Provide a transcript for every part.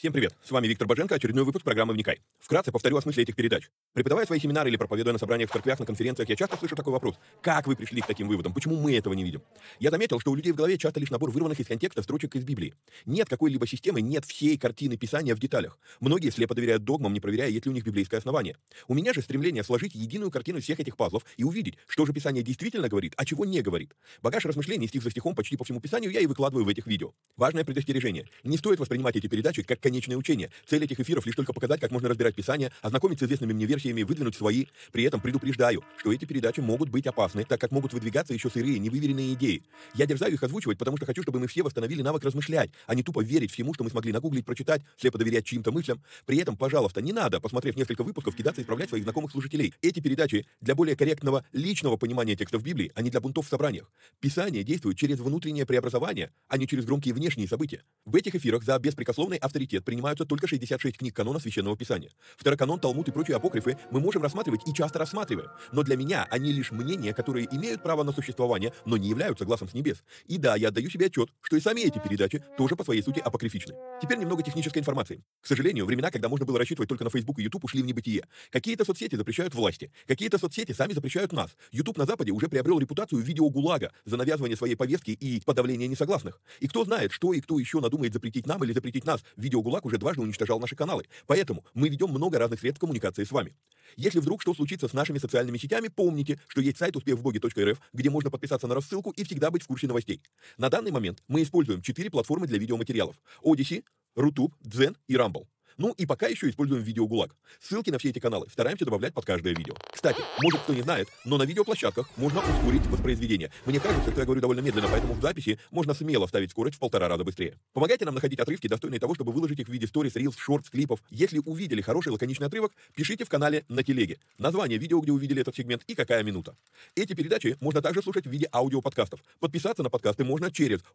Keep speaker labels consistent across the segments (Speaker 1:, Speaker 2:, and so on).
Speaker 1: Всем привет! С вами Виктор Боженко, очередной выпуск программы «Вникай». Вкратце повторю о смысле этих передач. Преподавая свои семинары или проповедуя на собраниях в церквях, на конференциях, я часто слышу такой вопрос: как вы пришли к таким выводам? Почему мы этого не видим? Я заметил, что у людей в голове часто лишь набор вырванных из контекста строчек из Библии. Нет какой-либо системы, нет всей картины Писания в деталях. Многие слепо доверяют догмам, не проверяя, есть ли у них библейское основание. У меня же стремление сложить единую картину всех этих пазлов и увидеть, что же Писание действительно говорит, а чего не говорит. Багаж размышлений стих за стихом почти по всему Писанию я и выкладываю в этих видео. Важное предостережение: не стоит воспринимать эти передачи как конечное учение. Цель этих эфиров лишь только показать, как можно разбирать Писание, ознакомиться с известными мне версиями, выдвинуть свои. При этом предупреждаю, что эти передачи могут быть опасны, так как могут выдвигаться еще сырые, невыверенные идеи. Я дерзаю их озвучивать, потому что хочу, чтобы мы все восстановили навык размышлять, а не тупо верить всему, что мы смогли нагуглить, прочитать, слепо доверять чьим-то мыслям. При этом, пожалуйста, не надо, посмотрев несколько выпусков, кидаться и исправлять своих знакомых слушателей. Эти передачи для более корректного личного понимания текстов Библии, а не для бунтов в собраниях. Писание действует через внутреннее преобразование, а не через громкие внешние события. В этих эфирах за беспрекословный авторитет принимаются только 66 книг канона Священного Писания. Второканон, Талмуд и прочие апокрифы мы можем рассматривать и часто рассматриваем, но для меня они лишь мнения, которые имеют право на существование, но не являются глазом с небес. И да, я отдаю себе отчет, что и сами эти передачи тоже по своей сути апокрифичны. Теперь немного технической информации. К сожалению, времена, когда можно было рассчитывать только на Facebook и YouTube, ушли в небытие. Какие-то соцсети запрещают власти, какие-то соцсети сами запрещают нас. YouTube на Западе уже приобрел репутацию видеогулага за навязывание своей повестки и подавление несогласных. И кто знает, что и кто еще надумает запретить нам или запретить нас. Видеогулаг уже дважды уничтожал наши каналы. Поэтому мы ведем много разных средств коммуникации с вами. Если вдруг что случится с нашими социальными сетями, помните, что есть сайт успехвбоге.рф, где можно подписаться на рассылку и всегда быть в курсе новостей. На данный момент мы используем 4 платформы для видеоматериалов: Odyssey, Рутуб, Дзен и Rumble. Ну и пока еще используем видеогулаг. Ссылки на все эти каналы стараемся добавлять под каждое видео. Кстати, может кто не знает, но на видеоплощадках можно ускорить воспроизведение. Мне кажется, что я говорю довольно медленно, поэтому в записи можно смело ставить скорость в 1,5 раза быстрее. Помогайте нам находить отрывки, достойные того, чтобы выложить их в виде сторис, рилс, шортс, клипов. Если увидели хороший лаконичный отрывок, пишите в канале на телеге название видео, где увидели этот сегмент, и какая минута. Эти передачи можно также слушать в виде аудиоподкастов. Подписаться на подкасты можно через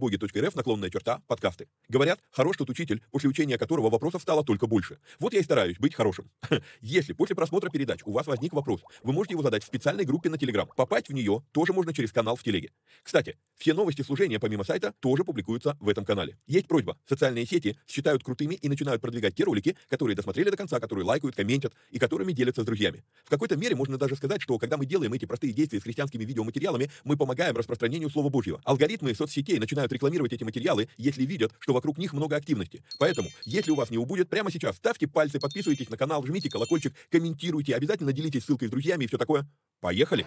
Speaker 1: успехвбоге.рф/подкасты. Говорят, хорош тот учитель, после учения которого вопросов стало только больше. Вот я и стараюсь быть хорошим. Если после просмотра передач у вас возник вопрос, вы можете его задать в специальной группе на Telegram. Попасть в нее тоже можно через канал в телеге. Кстати, все новости служения помимо сайта тоже публикуются в этом канале. Есть просьба: социальные сети считают крутыми и начинают продвигать те ролики, которые досмотрели до конца, которые лайкают, комментят и которыми делятся с друзьями. В какой-то мере можно даже сказать, что когда мы делаем эти простые действия с христианскими видеоматериалами, мы помогаем распространению Слова Божьего. Алгоритмы соцсетей начинают рекламировать эти материалы, если видят, что вокруг них много активности. Поэтому, если у вас не убудет, прямо сейчас ставьте пальцы, подписывайтесь на канал, жмите колокольчик, комментируйте, обязательно делитесь ссылкой с друзьями и все такое. Поехали!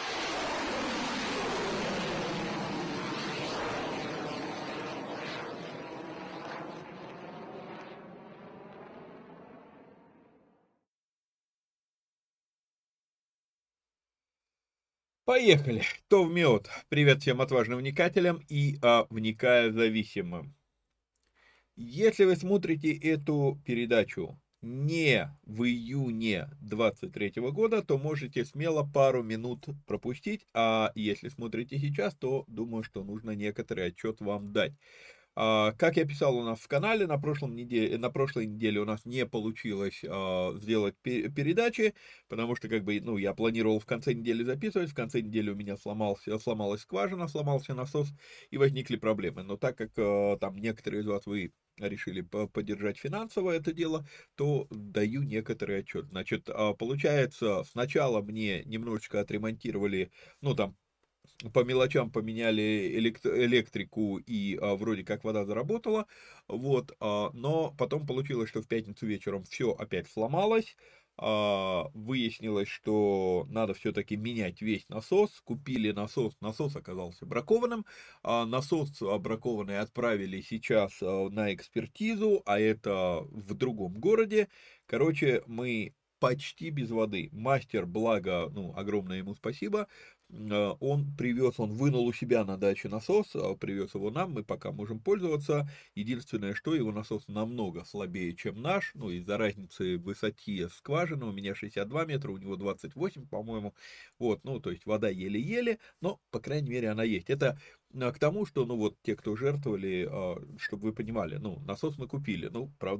Speaker 2: Поехали. То в мед. Привет всем отважным вникателям и вникая зависимым. Если вы смотрите эту передачу не в июне 23 года, то можете смело пару минут пропустить, а если смотрите сейчас, то думаю, что нужно некоторый отчет вам дать. Как я писал у нас в канале, на прошлой неделе у нас не получилось сделать передачи, потому что я планировал в конце недели записывать, в конце недели у меня сломалась скважина, сломался насос и возникли проблемы. Но так как там некоторые из вас вы решили поддержать финансово это дело, то даю некоторый отчет. Значит, получается, сначала мне немножечко отремонтировали, по мелочам поменяли электрику, и вроде как вода заработала, но потом получилось, что в пятницу вечером все опять сломалось, выяснилось, что надо все-таки менять весь насос, купили насос оказался бракованным, насос бракованный отправили сейчас на экспертизу, а это в другом городе. Короче, мы почти без воды. Мастер, благо, огромное ему спасибо, он вынул у себя на даче насос, привез его нам, мы пока можем пользоваться. Единственное, что его насос намного слабее, чем наш, из-за разницы в высоте скважины, у меня 62 метра, у него 28, по-моему, то есть вода еле-еле, но, по крайней мере, она есть. Это к тому, что, те, кто жертвовали, чтобы вы понимали, насос мы купили, правда,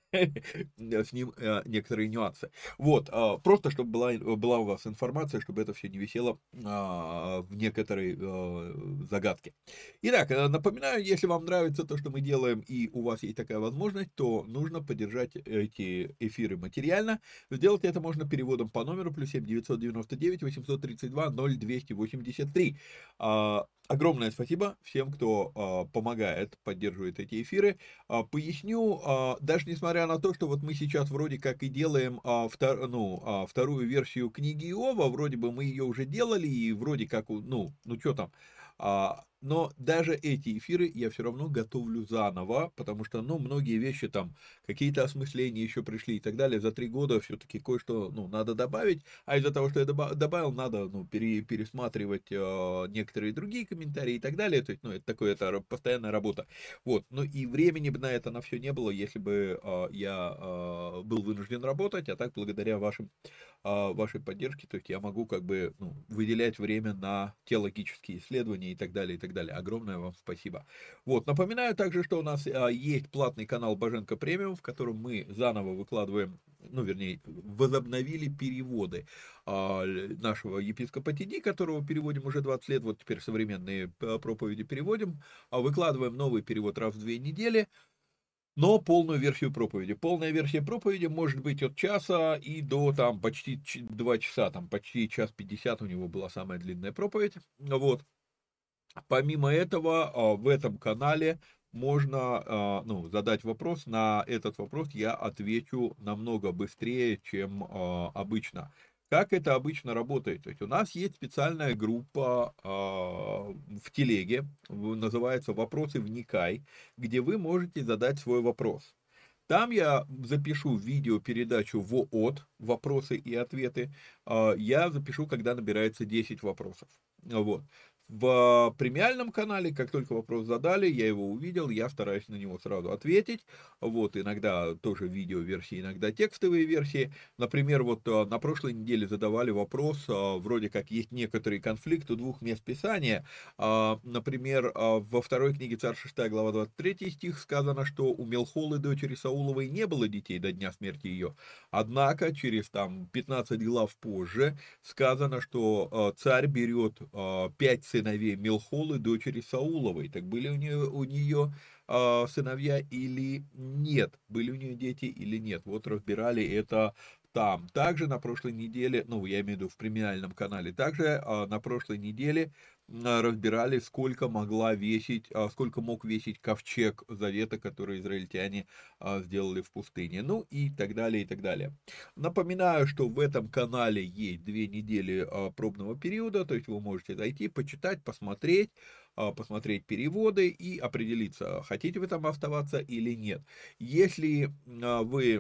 Speaker 2: с ним некоторые нюансы. Вот, просто чтобы была у вас информация, чтобы это все не висело в некоторой загадке. Итак, напоминаю, если вам нравится то, что мы делаем, и у вас есть такая возможность, то нужно поддержать эти эфиры материально. Сделать это можно переводом по номеру +7 999 832 0283. Огромное спасибо всем, кто помогает, поддерживает эти эфиры. Поясню, даже несмотря на то, что вот мы сейчас вроде как и делаем вторую версию книги Иова, вроде бы мы ее уже делали, и вроде как, ну что там, но даже эти эфиры я все равно готовлю заново, потому что, ну, многие вещи там, какие-то осмысления еще пришли и так далее. За 3 года все-таки кое-что, ну, надо добавить, а из-за того, что я добавил, надо, ну, пересматривать некоторые другие комментарии и так далее. То есть, ну, это такое, это постоянная работа. Вот, ну, и времени бы на это на все не было, если бы я был вынужден работать, а так, благодаря вашей поддержке, то есть я могу как бы, ну, выделять время на теологические исследования и так далее, и так далее. Огромное вам спасибо. Вот, напоминаю также, что у нас есть платный канал Боженко Премиум, в котором мы заново выкладываем, ну, вернее, возобновили переводы нашего епископа Тиди, которого переводим уже 20 лет, вот теперь современные проповеди переводим, выкладываем новый перевод раз в 2 недели, но полную версию проповеди. Полная версия проповеди может быть от часа и до там почти 2 часа, там почти 1:50 у него была самая длинная проповедь. Вот. Помимо этого, в этом канале можно, ну, задать вопрос. На этот вопрос я отвечу намного быстрее, чем обычно. Как это обычно работает? То есть у нас есть специальная группа в телеге, называется «Вопросы вникай», где вы можете задать свой вопрос. Там я запишу видеопередачу ВООТ, вопросы и ответы. Я запишу, когда набирается 10 вопросов. Вот. В премиальном канале, как только вопрос задали, я его увидел, я стараюсь на него сразу ответить. Вот, иногда тоже видео-версии, иногда текстовые версии. Например, вот на прошлой неделе задавали вопрос, вроде как есть некоторый конфликт у 2 мест Писания. Например, во второй книге Царь 6 глава 23 стих сказано, что у Мелхолы, дочери Сауловой, не было детей до дня смерти ее. Однако через там 15 глав позже сказано, что царь берет 5 сыновей Мелхолы, дочери Сауловой. Так были у нее сыновья или нет? Были у нее дети или нет? Вот разбирали это там. Также на прошлой неделе, ну, я имею в виду в премиальном канале, также на прошлой неделе разбирали, сколько мог весить ковчег завета, который израильтяне сделали в пустыне. Ну и так далее, и так далее. Напоминаю, что в этом канале есть 2 недели пробного периода, то есть вы можете зайти, почитать, посмотреть переводы и определиться, хотите вы там оставаться или нет. Если вы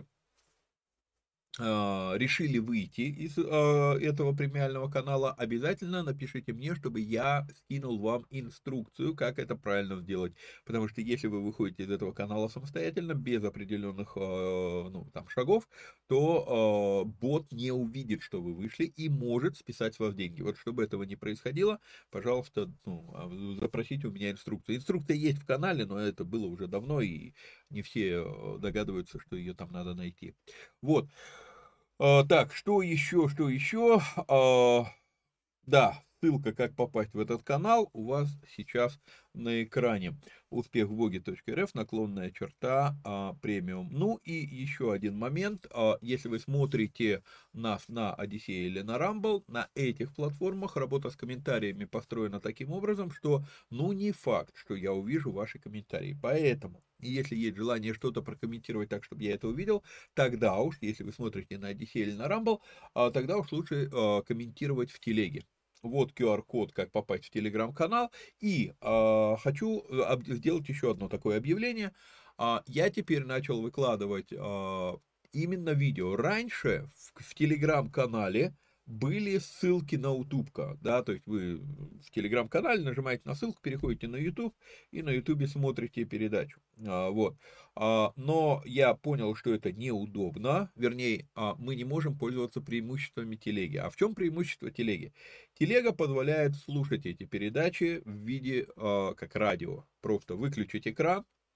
Speaker 2: решили выйти из этого премиального канала, обязательно напишите мне, чтобы я скинул вам инструкцию, как это правильно сделать. Потому что если вы выходите из этого канала самостоятельно, без определенных ну, там, шагов, то бот не увидит, что вы вышли, и может списать с вас деньги. Вот чтобы этого не происходило, пожалуйста, ну, запросите у меня инструкцию. Инструкция есть в канале, но это было уже давно, и не все догадываются, что ее там надо найти. Вот. Так, что еще, что еще? Да, ссылка, как попасть в этот канал, у вас сейчас на экране. Успехвбоге.рф, наклонная черта, премиум. Ну и еще один момент. Если вы смотрите нас на Одиссее или на Rumble, на этих платформах работа с комментариями построена таким образом, что, ну, не факт, что я увижу ваши комментарии. Поэтому, если есть желание что-то прокомментировать так, чтобы я это увидел, тогда уж, если вы смотрите на Одиссей или на Rumble, тогда уж лучше комментировать в телеге. Вот QR-код, как попасть в телеграм-канал. И хочу сделать еще одно такое объявление. Я теперь начал выкладывать именно видео. Раньше в телеграм-канале были ссылки на ютубка, да, то есть вы в телеграм-канале нажимаете на ссылку, переходите на YouTube и на ютубе смотрите передачу, вот. Но я понял, что это неудобно, вернее, мы не можем пользоваться преимуществами телеги. А в чем преимущество телеги? Телега позволяет слушать эти передачи в виде как радио. Просто выключить экран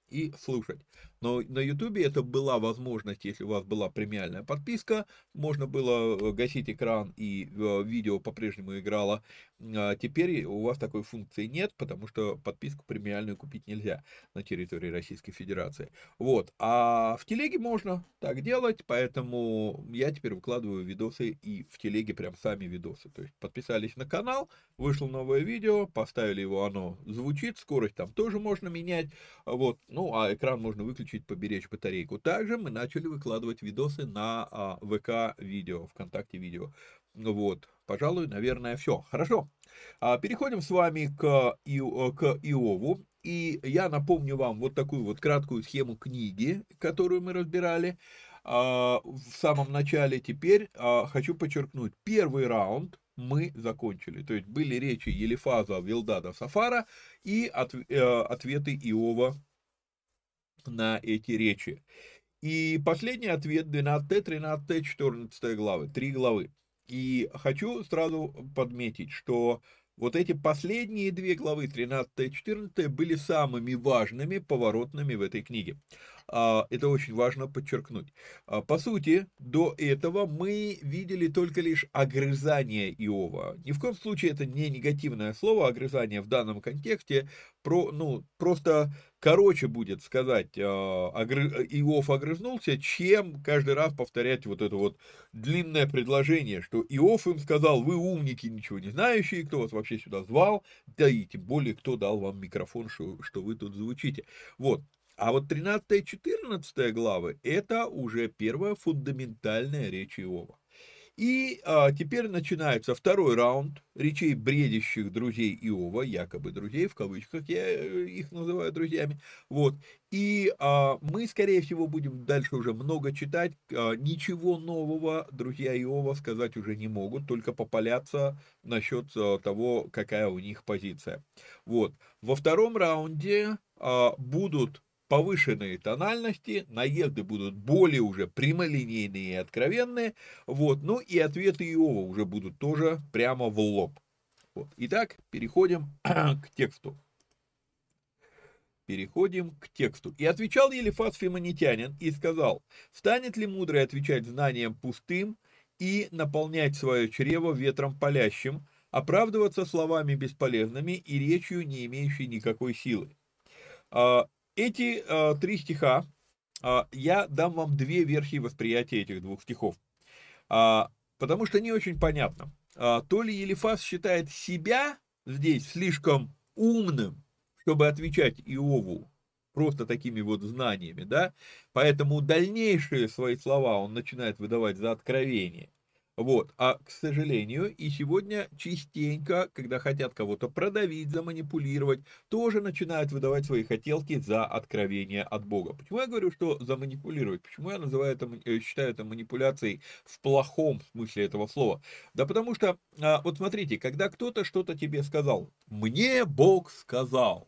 Speaker 2: и слушать. Но на Ютубе это была возможность, если у вас была премиальная подписка, можно было гасить экран и видео по-прежнему играло. Теперь у вас такой функции нет, потому что подписку премиальную купить нельзя на территории Российской Федерации. Вот. А в телеге можно так делать, поэтому я теперь выкладываю видосы и в телеге прям сами видосы. То есть подписались на канал, вышло новое видео, поставили его, оно звучит, скорость там тоже можно менять. Вот. Ну, а экран можно выключить, поберечь батарейку. Также мы начали выкладывать видосы на ВК видео, ВКонтакте видео. Вот, пожалуй, наверное, все. Хорошо. Переходим с вами к Иову. И я напомню вам вот такую вот краткую схему книги, которую мы разбирали в самом начале. Теперь хочу подчеркнуть, первый раунд мы закончили. То есть были речи Елифаза, Вилдада, Сафара и ответы Иова на эти речи. И последний ответ 12, 13, 14 главы, 3 главы. И хочу сразу подметить, что вот эти последние 2 главы, 13 и 14, были самыми важными, поворотными в этой книге. Это очень важно подчеркнуть. По сути, до этого мы видели только лишь огрызание Иова. Ни в коем случае это не негативное слово, огрызание в данном контексте, просто короче будет сказать, Иов огрызнулся, чем каждый раз повторять вот это вот длинное предложение, что Иов им сказал: вы умники, ничего не знающие, кто вас вообще сюда звал, да и тем более, кто дал вам микрофон, что вы тут звучите. Вот. А вот 13 и 14 главы, это уже первая фундаментальная речь Иова. И теперь начинается второй раунд речей бредящих друзей Иова, якобы друзей, в кавычках я их называю друзьями. Вот. И мы, скорее всего, будем дальше уже много читать. Ничего нового друзья Иова сказать уже не могут, только попаляться насчет того, какая у них позиция. Вот. Во втором раунде будут повышенные тональности, наезды будут более уже прямолинейные и откровенные, вот, ну и ответы Иова уже будут тоже прямо в лоб. Вот. Итак, переходим к тексту. И отвечал Елифаз Фимонитянин и сказал: станет ли мудрый отвечать знанием пустым и наполнять свое чрево ветром палящим, оправдываться словами бесполезными и речью, не имеющей никакой силы? Эти 3 стиха, я дам вам 2 версии восприятия этих 2 стихов, потому что не очень понятно, то ли Елифаз считает себя здесь слишком умным, чтобы отвечать Иову просто такими вот знаниями, да, поэтому дальнейшие свои слова он начинает выдавать за откровение. Вот, а, к сожалению, и сегодня частенько, когда хотят кого-то продавить, заманипулировать, тоже начинают выдавать свои хотелки за откровение от Бога. Почему я говорю, что заманипулировать? Почему я называю это, считаю это манипуляцией в плохом смысле этого слова? Да потому что, вот смотрите, когда кто-то что-то тебе сказал, мне Бог сказал,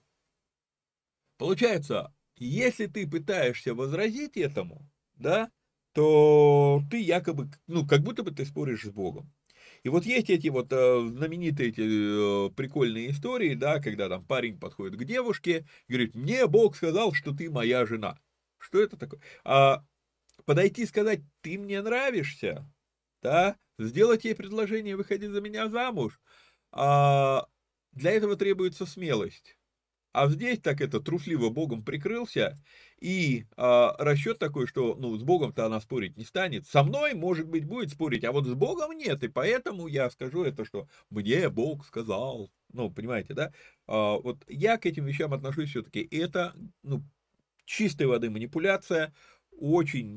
Speaker 2: получается, если ты пытаешься возразить этому, да, то ты якобы, как будто бы ты споришь с Богом. И вот есть эти вот знаменитые эти прикольные истории, да, когда там парень подходит к девушке и говорит: мне Бог сказал, что ты моя жена. Что это такое? Подойти и сказать: ты мне нравишься, да, сделать ей предложение: выходи за меня замуж. Для этого требуется смелость. А здесь так это трусливо Богом прикрылся, и расчет такой, что с Богом-то она спорить не станет. Со мной, может быть, будет спорить, а вот с Богом нет, и поэтому я скажу это, что мне Бог сказал. Понимаете, да? Вот я к этим вещам отношусь все-таки. Это, чистой воды манипуляция, очень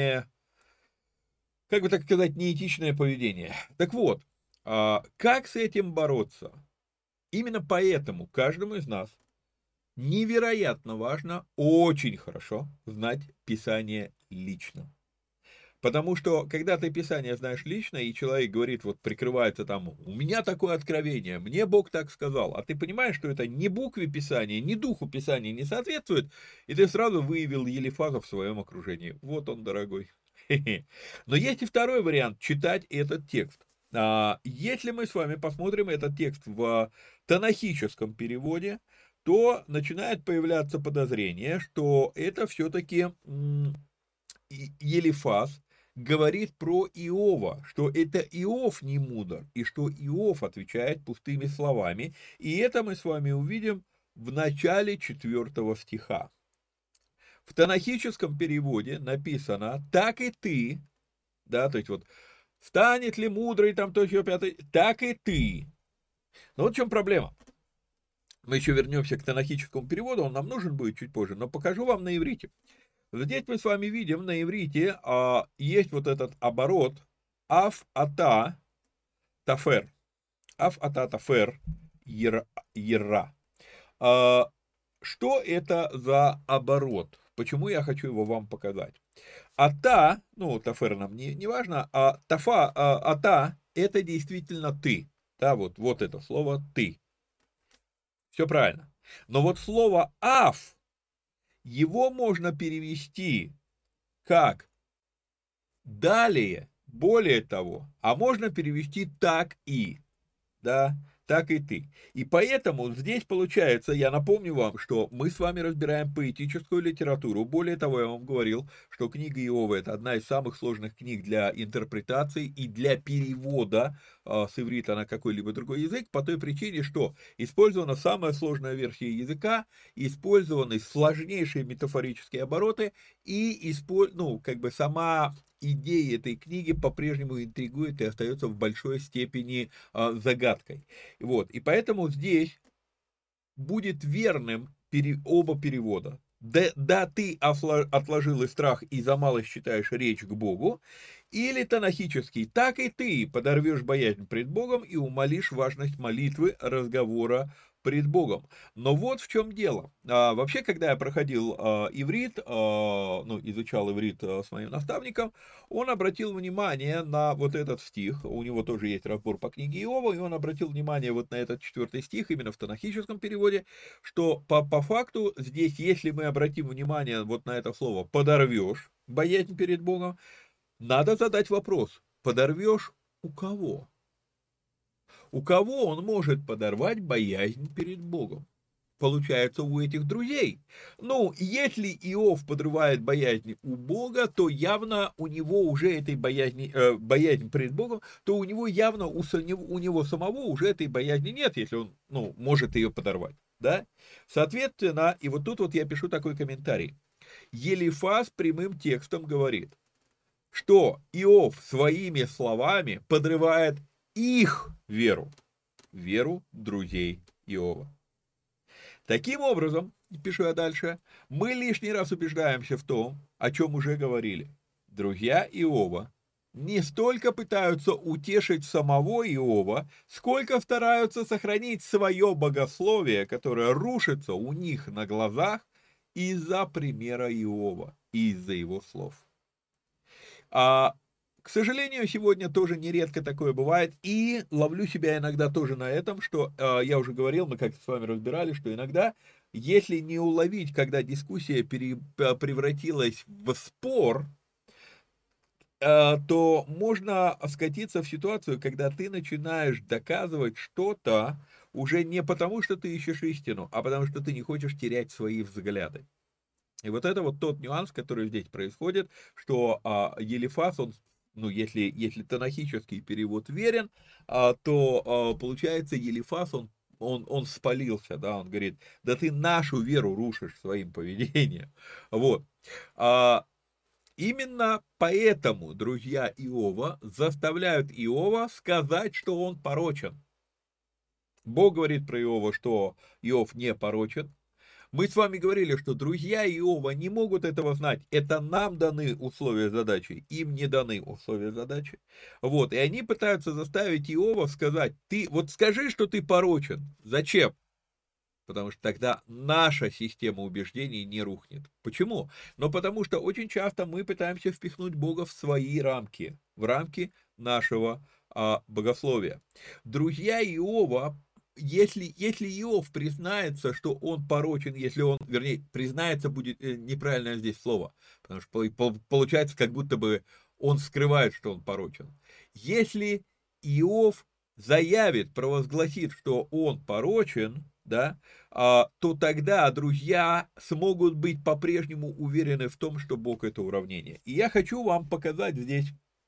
Speaker 2: как бы так сказать, неэтичное поведение. Так вот, как с этим бороться? Именно поэтому каждому из нас невероятно важно очень хорошо знать Писание лично. Потому что, когда ты Писание знаешь лично, и человек говорит, вот прикрывается там: у меня такое откровение, мне Бог так сказал, а ты понимаешь, что это ни букве Писания, ни духу Писания не соответствует, и ты сразу выявил Елифаза в своем окружении. Вот он, дорогой. Но есть и второй вариант: читать этот текст. Если мы с вами посмотрим этот текст в танахическом переводе, то начинает появляться подозрение, что это все-таки Елифаз говорит про Иова, что это Иов не мудр, и что Иов отвечает пустыми словами. И это мы с вами увидим в начале 4 стиха. В танахическом переводе написано «так и ты», да, то есть вот «станет ли мудрый», там то еще пятый, «так и ты». Но вот в чем проблема. Мы еще вернемся к танахическому переводу, он нам нужен будет чуть позже, но покажу вам на иврите. Здесь мы с вами видим на иврите есть вот этот оборот аф-ата тафер. Аф-ата тафер ера. Что это за оборот? Почему я хочу его вам показать? Ата, ну, тафер нам не важно, а тафа, ата, это действительно ты. Да, вот это слово ты. Все правильно. Но вот слово аф, его можно перевести как далее, более того, а можно перевести так и, да, так и ты. И поэтому здесь получается, я напомню вам, что мы с вами разбираем поэтическую литературу. Более того, я вам говорил, что книга Иова – это одна из самых сложных книг для интерпретации и для перевода с иврита на какой-либо другой язык, по той причине, что использована самая сложная версия языка, использованы сложнейшие метафорические обороты и сама идея этой книги по-прежнему интригует и остается в большой степени загадкой. Вот. И поэтому здесь будет верным оба перевода. Да ты отложил и страх и за малость считаешь речь к Богу, или танахический, так и ты подорвешь боязнь пред Богом и умалишь важность молитвы, разговора пред Богом. Но вот в чем дело. Вообще, когда я проходил иврит, изучал иврит с моим наставником, он обратил внимание на вот этот стих, у него тоже есть разбор по книге Иова, и он обратил внимание вот на этот 4 стих, именно в танахическом переводе, что по факту здесь, если мы обратим внимание вот на это слово «подорвешь боязнь перед Богом», надо задать вопрос, подорвешь у кого? У кого он может подорвать боязнь перед Богом? Получается, у этих друзей. Ну, если Иов подрывает боязнь у Бога, то явно у него уже этой боязнь перед Богом, то у него явно, у него самого уже этой боязни нет, если он, может ее подорвать, да? Соответственно, и вот тут вот я пишу такой комментарий. Елифаз прямым текстом говорит, что Иов своими словами подрывает их веру друзей Иова. Таким образом, пишу я дальше, мы лишний раз убеждаемся в том, о чем уже говорили. Друзья Иова не столько пытаются утешить самого Иова, сколько стараются сохранить свое богословие, которое рушится у них на глазах из-за примера Иова и из-за его слов. К сожалению, сегодня тоже нередко такое бывает, и ловлю себя иногда тоже на этом, что я уже говорил, мы как-то с вами разбирали, что иногда, если не уловить, когда дискуссия превратилась в спор, то можно скатиться в ситуацию, когда ты начинаешь доказывать что-то уже не потому, что ты ищешь истину, а потому, что ты не хочешь терять свои взгляды. И вот это вот тот нюанс, который здесь происходит, что Елифаз, он, если танахический перевод верен, то получается Елифаз, он спалился, да, он говорит, да ты нашу веру рушишь своим поведением. Вот. Именно поэтому друзья Иова заставляют Иова сказать, что он порочен. Бог говорит про Иова, что Иов не порочен. Мы с вами говорили, что друзья Иова не могут этого знать. Это нам даны условия задачи, им не даны условия задачи. Вот, и они пытаются заставить Иова сказать, ты вот скажи, что ты порочен. Зачем? Потому что тогда наша система убеждений не рухнет. Почему? Ну, потому что очень часто мы пытаемся впихнуть Бога в свои рамки, в рамки нашего богословия. Друзья Иова, если Иов признается, что он порочен, признается, будет неправильное здесь слово, потому что получается, как будто бы он скрывает, что он порочен. Если Иов заявит, провозгласит, что он порочен, да, то тогда друзья смогут быть по-прежнему уверены в том, что Бог это уравнение. И я хочу вам показать здесь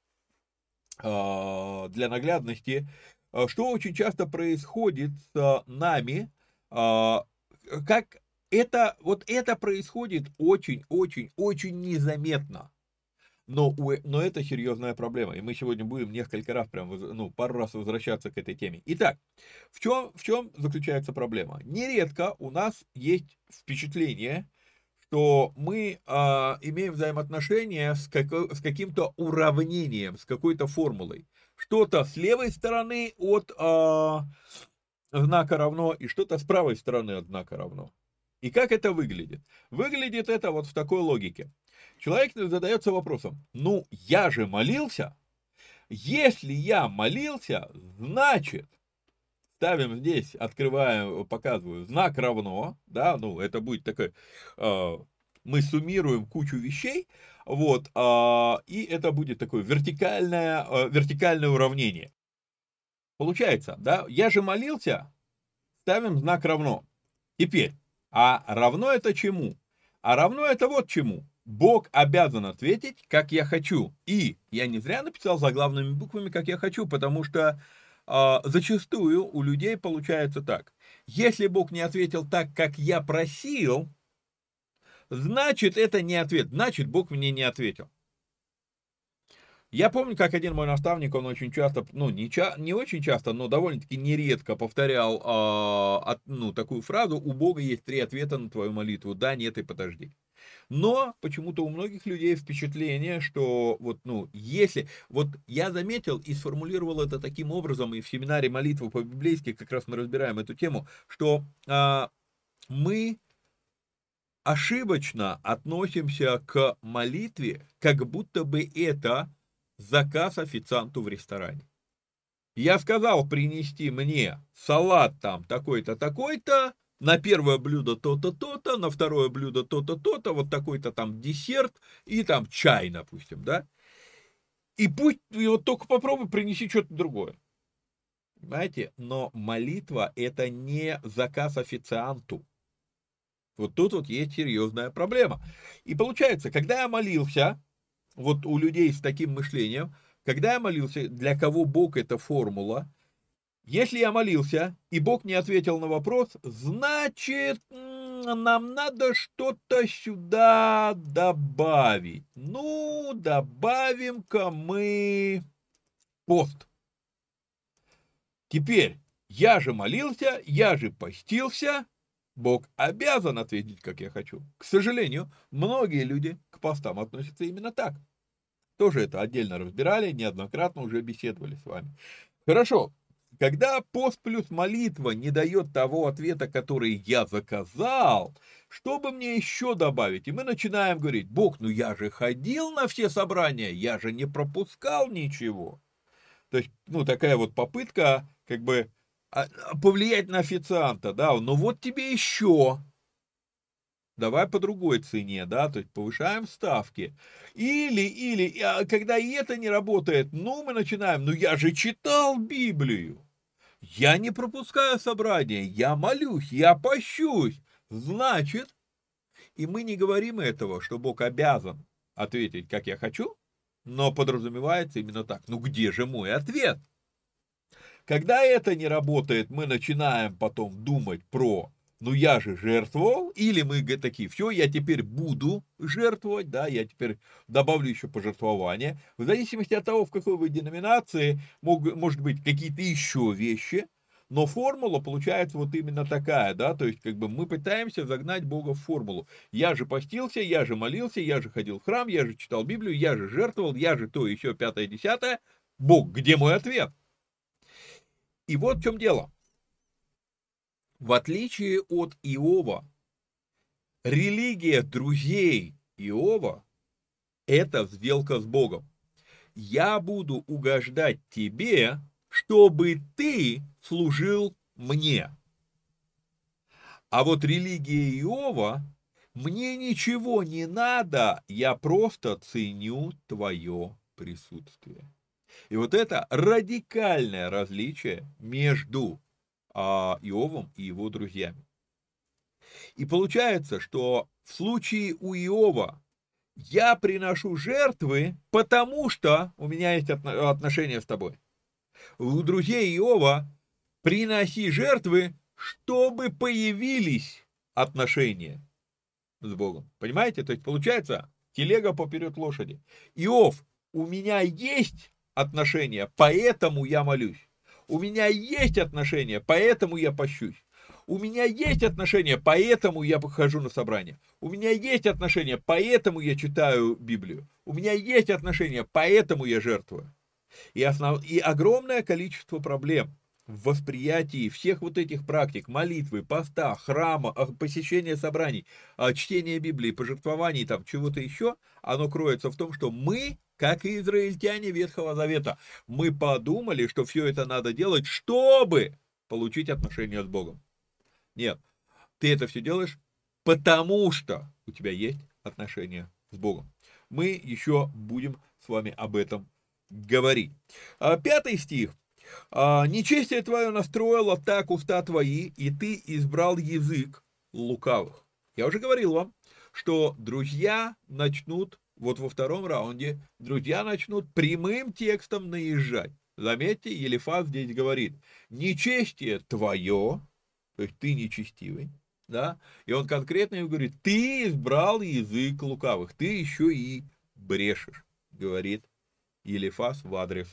Speaker 2: для наглядности, что очень часто происходит с нами, как вот это происходит очень незаметно. Но это серьезная проблема, и мы сегодня будем несколько раз, пару раз возвращаться к этой теме. Итак, в чем заключается проблема? Нередко у нас есть впечатление, что мы имеем взаимоотношения с каким-то уравнением, с какой-то формулой. Что-то с левой стороны от знака равно, и что-то с правой стороны от знака равно. И как это выглядит? Выглядит это вот в такой логике. Человек задается вопросом, ну, я же молился. Если я молился, значит, ставим здесь, открываем, показываю, знак равно, да, ну, это будет такой, мы суммируем кучу вещей, вот, и это будет такое вертикальное уравнение. Получается, да, я же молился, ставим знак равно. Теперь, а равно это чему? А равно это вот чему. Бог обязан ответить, как я хочу. И я не зря написал заглавными буквами, как я хочу, потому что зачастую у людей получается так. Если Бог не ответил так, как я просил, значит, это не ответ. Значит, Бог мне не ответил. Я помню, как один мой наставник, он очень часто, ну, не очень часто, но довольно-таки нередко повторял такую фразу: у Бога есть 3 ответа на твою молитву: да, нет и подожди. Но почему-то у многих людей впечатление, что если я заметил и сформулировал это таким образом, и в семинаре молитвы по-библейски как раз мы разбираем эту тему, что мы ошибочно относимся к молитве, как будто бы это заказ официанту в ресторане. Я сказал принести мне салат там такой-то, такой-то, на первое блюдо то-то, то-то, на второе блюдо то-то, то-то, вот такой-то там десерт и там чай, допустим, да? И вот только попробуй принеси что-то другое. Понимаете? Но молитва — это не заказ официанту. Вот тут вот есть серьезная проблема. И получается, когда я молился, вот у людей с таким мышлением, когда я молился, для кого Бог — это формула, если я молился, и Бог не ответил на вопрос, значит, нам надо что-то сюда добавить. Ну, добавим-ка мы пост. Теперь, я же молился, я же постился, Бог обязан ответить, как я хочу. К сожалению, многие люди к постам относятся именно так. Тоже это отдельно разбирали, неоднократно уже беседовали с вами. Хорошо. Когда пост плюс молитва не дает того ответа, который я заказал, что бы мне еще добавить? И мы начинаем говорить: Бог, ну я же ходил на все собрания, я же не пропускал ничего. То есть, такая вот попытка, как бы, повлиять на официанта, да, ну вот тебе еще. Давай по другой цене, да, то есть повышаем ставки. Когда и это не работает, мы начинаем: я же читал Библию, я не пропускаю собрания, я молюсь, я пощусь, значит, и мы не говорим этого, что Бог обязан ответить, как я хочу, но подразумевается именно так. Где же мой ответ? Когда это не работает, мы начинаем потом думать про: я же жертвовал, или мы такие: все, я теперь буду жертвовать, да, я теперь добавлю еще пожертвования. В зависимости от того, в какой вы деноминации, может быть, какие-то еще вещи, но формула получается вот именно такая, да, то есть как бы мы пытаемся загнать Бога в формулу. Я же постился, я же молился, я же ходил в храм, я же читал Библию, я же жертвовал, я же то, еще, пятое, десятое. Бог, где мой ответ? И вот в чем дело. В отличие от Иова, религия друзей Иова — это сделка с Богом. Я буду угождать тебе, чтобы ты служил мне. А вот религия Иова: мне ничего не надо, я просто ценю твое присутствие. И вот это радикальное различие между Иовом и его друзьями. И получается, что в случае у Иова я приношу жертвы, потому что у меня есть отношения с тобой. У друзей Иова приноси жертвы, чтобы появились отношения с Богом. Понимаете? То есть получается телега поперед лошади. Иов, у меня есть отношения, поэтому я молюсь. У меня есть отношения, поэтому я пощусь. У меня есть отношения, поэтому я хожу на собрание. У меня есть отношения, поэтому я читаю Библию. У меня есть отношения, поэтому я жертвую. И огромное количество проблем в восприятии всех вот этих практик, молитвы, поста, храма, посещения собраний, чтения Библии, пожертвований, там чего-то еще, оно кроется в том, что мы, как и израильтяне Ветхого Завета, мы подумали, что все это надо делать, чтобы получить отношения с Богом. Нет, ты это все делаешь, потому что у тебя есть отношения с Богом. Мы еще будем с вами об этом говорить. 5 стих. «Нечестие твое настроило так уста твои, и ты избрал язык лукавых». Я уже говорил вам, что друзья начнут, вот во втором раунде, друзья начнут прямым текстом наезжать. Заметьте, Елифаз здесь говорит, нечестие твое, то есть ты нечестивый, да, и он конкретно ему говорит, ты избрал язык лукавых, ты еще и брешешь, говорит Елифаз в адрес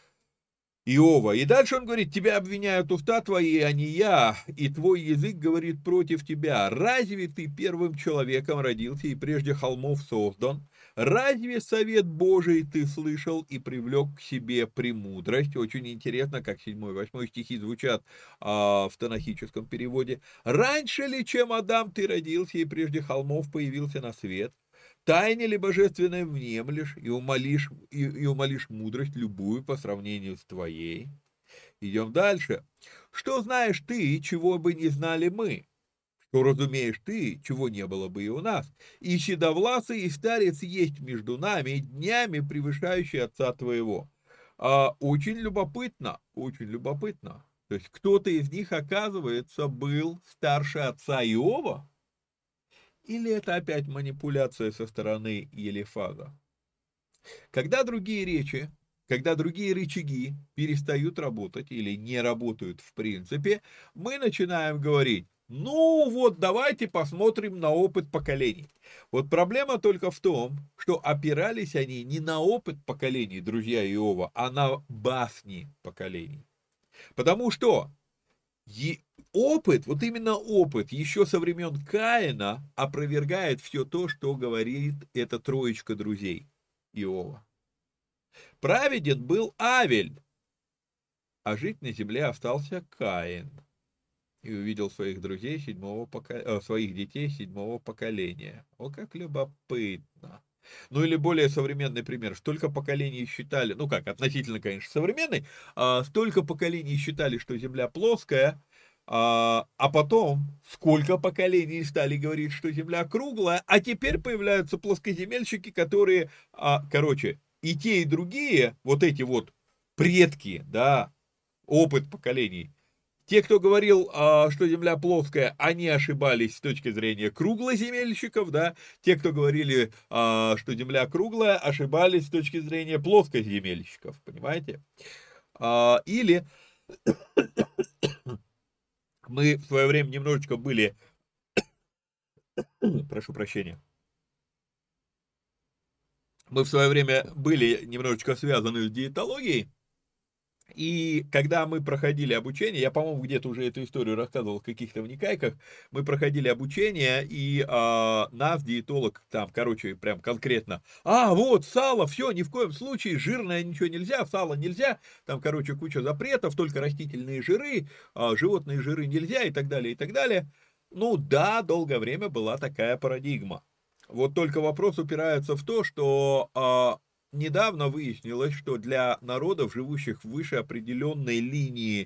Speaker 2: Иова. И дальше он говорит, тебя обвиняют уста твои, а не я, и твой язык говорит против тебя. Разве ты первым человеком родился и прежде холмов создан? Разве совет Божий ты слышал и привлек к себе премудрость? Очень интересно, как 7-8 стихи звучат в танахическом переводе. Раньше ли, чем Адам, ты родился и прежде холмов появился на свет? Тайне ли божественной внемлешь и умолишь мудрость любую по сравнению с твоей? Идем дальше. Что знаешь ты, чего бы не знали мы? Что разумеешь ты, чего не было бы и у нас? И седовласый и старец есть между нами, днями превышающий отца твоего. Очень любопытно, очень любопытно. То есть кто-то из них, оказывается, был старше отца Иова? Или это опять манипуляция со стороны Елифаза? Когда другие речи, когда другие рычаги перестают работать или не работают в принципе, мы начинаем говорить, ну вот давайте посмотрим на опыт поколений. Вот проблема только в том, что опирались они не на опыт поколений, друзья Иова, а на басни поколений. Потому что опыт, вот именно опыт, еще со времен Каина опровергает все то, что говорит эта троечка друзей Иова. Праведен был Авель, а жить на земле остался Каин. И увидел своих друзей своих детей 7-го поколения. О, как любопытно. Ну или более современный пример. Столько поколений считали, ну как, относительно, конечно, современный, столько поколений считали, что Земля плоская, а потом сколько поколений стали говорить, что Земля круглая, а теперь появляются плоскоземельщики, которые, и те, и другие, вот эти вот предки, да, опыт поколений, те, кто говорил, что Земля плоская, они ошибались с точки зрения круглоземельщиков, да. Те, кто говорили, что Земля круглая, ошибались с точки зрения плоскоземельщиков, понимаете? Или мы в свое время немножечко были, прошу прощения, мы в свое время были немножечко связаны с диетологией. И когда мы проходили обучение, я, по-моему, где-то уже эту историю рассказывал в каких-то вникайках, мы проходили обучение, и нас диетолог там, прям конкретно, вот, сало, все, ни в коем случае, жирное ничего нельзя, сало нельзя, там, куча запретов, только растительные жиры, животные жиры нельзя и так далее, и так далее. Ну да, долгое время была такая парадигма. Вот только вопрос упирается в то, что недавно выяснилось, что для народов, живущих выше определенной линии,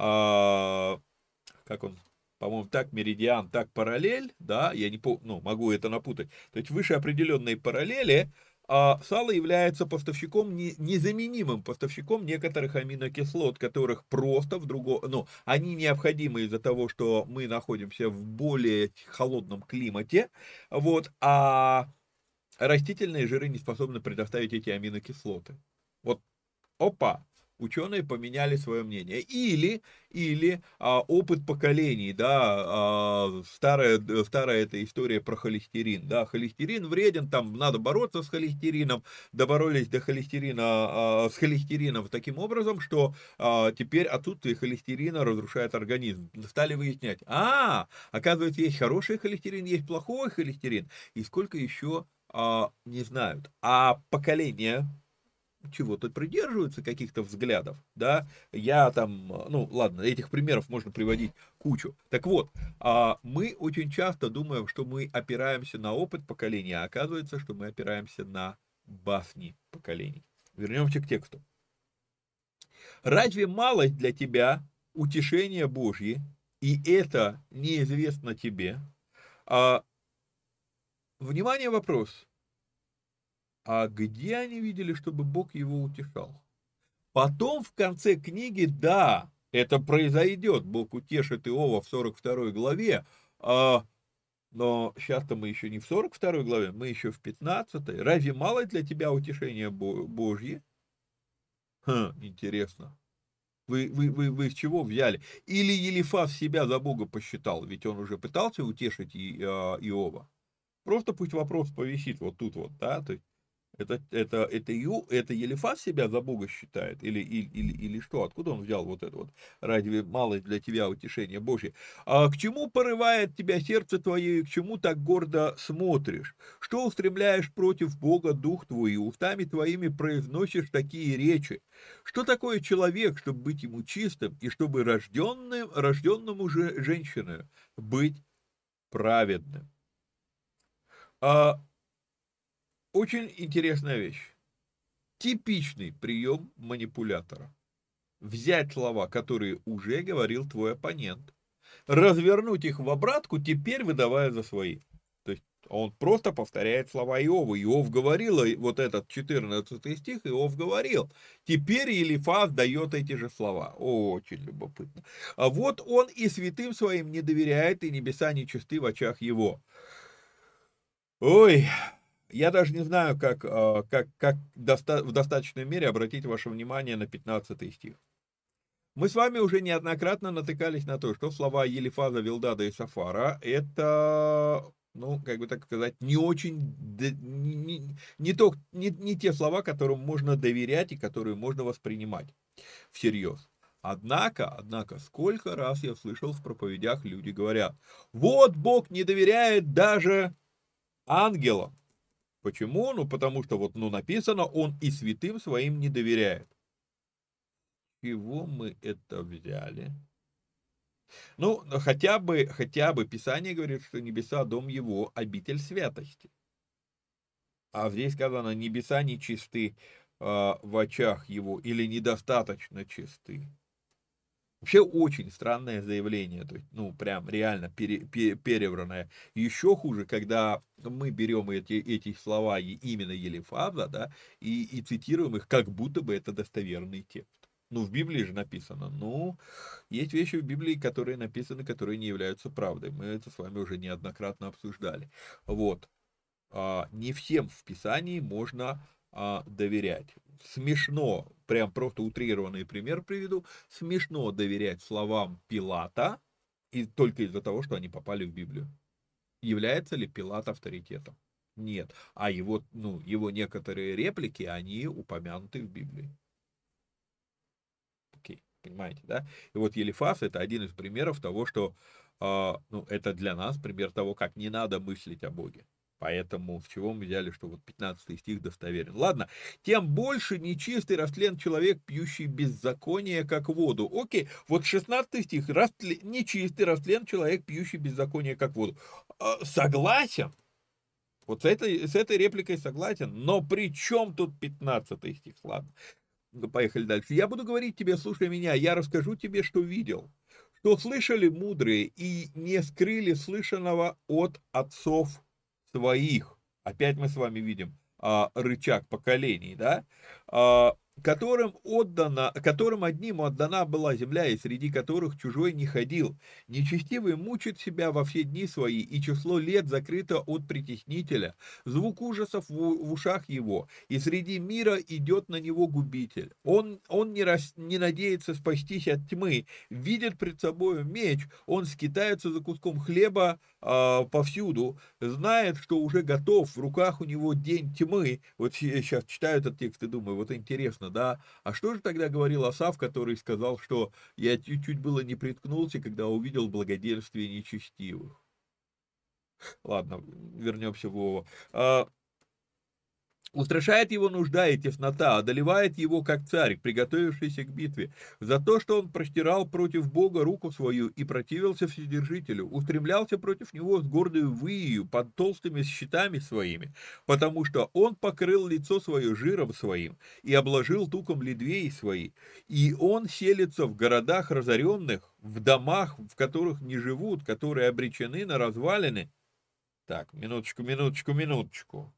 Speaker 2: по-моему, так меридиан, так параллель, да, я не помню, могу это напутать, то есть выше определенной параллели, сало является поставщиком, незаменимым поставщиком некоторых аминокислот, которых просто в другом, ну, они необходимы из-за того, что мы находимся в более холодном климате, вот, а растительные жиры не способны предоставить эти аминокислоты. Вот, опа, ученые поменяли свое мнение. Или опыт поколений, да, старая эта история про холестерин, да, холестерин вреден, там надо бороться с холестерином, доборолись до холестерина, с холестерином таким образом, что теперь отсутствие холестерина разрушает организм. Стали выяснять, оказывается, есть хороший холестерин, есть плохой холестерин, и сколько еще не знают. А поколение чего-то придерживаются, каких-то взглядов, да, я там, ну, ладно, этих примеров можно приводить кучу. Так вот, мы очень часто думаем, что мы опираемся на опыт поколения, а оказывается, что мы опираемся на басни поколений. Вернемся к тексту. «Разве малость для тебя утешение Божье, и это неизвестно тебе?» Внимание, вопрос. А где они видели, чтобы Бог его утешал? Потом в конце книги, да, это произойдет. Бог утешит Иова в 42 главе, но сейчас-то мы еще не в 42 главе, мы еще в 15. Разве мало для тебя утешения Божье? Интересно. Вы с чего взяли? Или Елифаз себя за Бога посчитал, ведь он уже пытался утешить Иова. Просто пусть вопрос повисит вот тут вот, да, то есть это Елифаз себя за Бога считает? Или что? Откуда он взял вот это вот? Разве мало для тебя утешения Божье? А к чему порывает тебя сердце твое, и к чему так гордо смотришь? Что устремляешь против Бога дух твой, и устами твоими произносишь такие речи? Что такое человек, чтобы быть ему чистым, и чтобы рожденному же женщиной быть праведным? Очень интересная вещь. Типичный прием манипулятора. Взять слова, которые уже говорил твой оппонент, развернуть их в обратку, теперь выдавая за свои. То есть он просто повторяет слова Иова. Иов говорил, вот этот 14 стих, Иов говорил. Теперь Елифаз дает эти же слова. Очень любопытно. А вот он и святым своим не доверяет, и небеса нечисты в очах его. Ой, я даже не знаю, как в достаточной мере обратить ваше внимание на 15 стих. Мы с вами уже неоднократно натыкались на то, что слова Елифаза, Вилдада и Сафара – это, ну, как бы так сказать, не очень, не те слова, которым можно доверять и которые можно воспринимать всерьез. Однако, сколько раз я слышал в проповедях, люди говорят, вот Бог не доверяет даже ангелам. Почему? Ну, потому что вот, ну, написано, он и святым своим не доверяет. Чего мы это взяли? Ну, хотя бы Писание говорит, что небеса, дом его, обитель святости. А здесь сказано, небеса нечисты в очах его, или недостаточно чисты. Вообще очень странное заявление, то есть, ну, прям реально перевранное. Еще хуже, когда мы берем эти слова именно Елифаза, да, и цитируем их, как будто бы это достоверный текст. Ну, в Библии же написано. Ну, есть вещи в Библии, которые написаны, которые не являются правдой. Мы это с вами уже неоднократно обсуждали. Вот. Не всем в Писании можно доверять. Смешно, прям просто утрированный пример приведу, смешно доверять словам Пилата и только из-за того, что они попали в Библию. Является ли Пилат авторитетом? Нет. А его некоторые реплики, они упомянуты в Библии. Окей, понимаете, да? И вот Елифаз это один из примеров того, что, это для нас пример того, как не надо мыслить о Боге. Поэтому с чего мы взяли, что вот 15 стих достоверен. Ладно, тем больше нечистый растлен человек, пьющий беззаконие, как воду. Окей, вот 16 стих, нечистый растлен человек, пьющий беззаконие, как воду. Согласен, вот с этой репликой согласен, но при чем тут 15 стих? Ладно, поехали дальше. Я буду говорить тебе, слушай меня, я расскажу тебе, что видел. Что слышали мудрые и не скрыли слышанного от отцов своих. Опять мы с вами видим рычаг поколений, да, которым одним отдана была земля, и среди которых чужой не ходил. Нечестивый мучит себя во все дни свои, и число лет закрыто от притеснителя. Звук ужасов в ушах его, и среди мира идет на него губитель. Он не надеется спастись от тьмы, видит пред собою меч, он скитается за куском хлеба повсюду, знает, что уже готов, в руках у него день тьмы. Вот сейчас читаю этот текст и думаю, вот интересно, да, а что же тогда говорил Асав, который сказал, что я чуть-чуть было не приткнулся, когда увидел благоденствие нечестивых? Ладно, вернемся в Вова. Устрашает его нужда и теснота, одолевает его, как царь, приготовившийся к битве, за то, что он простирал против Бога руку свою и противился Вседержителю, устремлялся против него с гордою выею под толстыми щитами своими, потому что он покрыл лицо свое жиром своим и обложил туком ледвей свои, и он селится в городах разоренных, в домах, в которых не живут, которые обречены на развалины. Так, минуточку.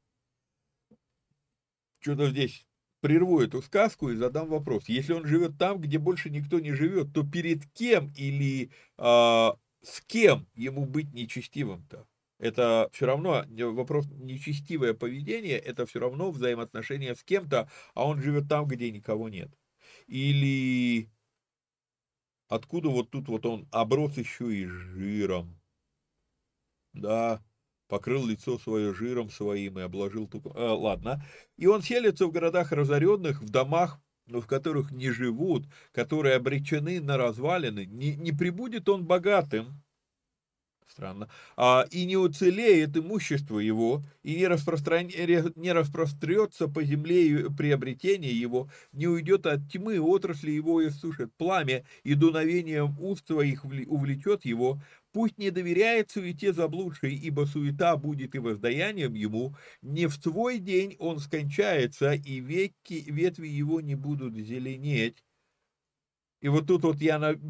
Speaker 2: Что-то здесь прерву эту сказку и задам вопрос. Если он живет там, где больше никто не живет, то перед кем или с кем ему быть нечестивым-то? Это все равно вопрос нечестивое поведение, это все равно взаимоотношения с кем-то, а он живет там, где никого нет. Или откуда вот тут вот он оброс еще и жиром, да, покрыл лицо свое жиром своим и обложил туком. Ладно. И он селится в городах разоренных, в домах, но в которых не живут, которые обречены на развалины. Не прибудет он богатым, странно, и не уцелеет имущество его, и не распрострется по земле приобретение его, не уйдет от тьмы, отрасли его иссушит пламя, и дуновением уст своих увлечет его. Пусть не доверяет суете заблудшей, ибо суета будет и воздаянием ему. Не в свой день он скончается, и ветви его не будут зеленеть. И вот тут вот я на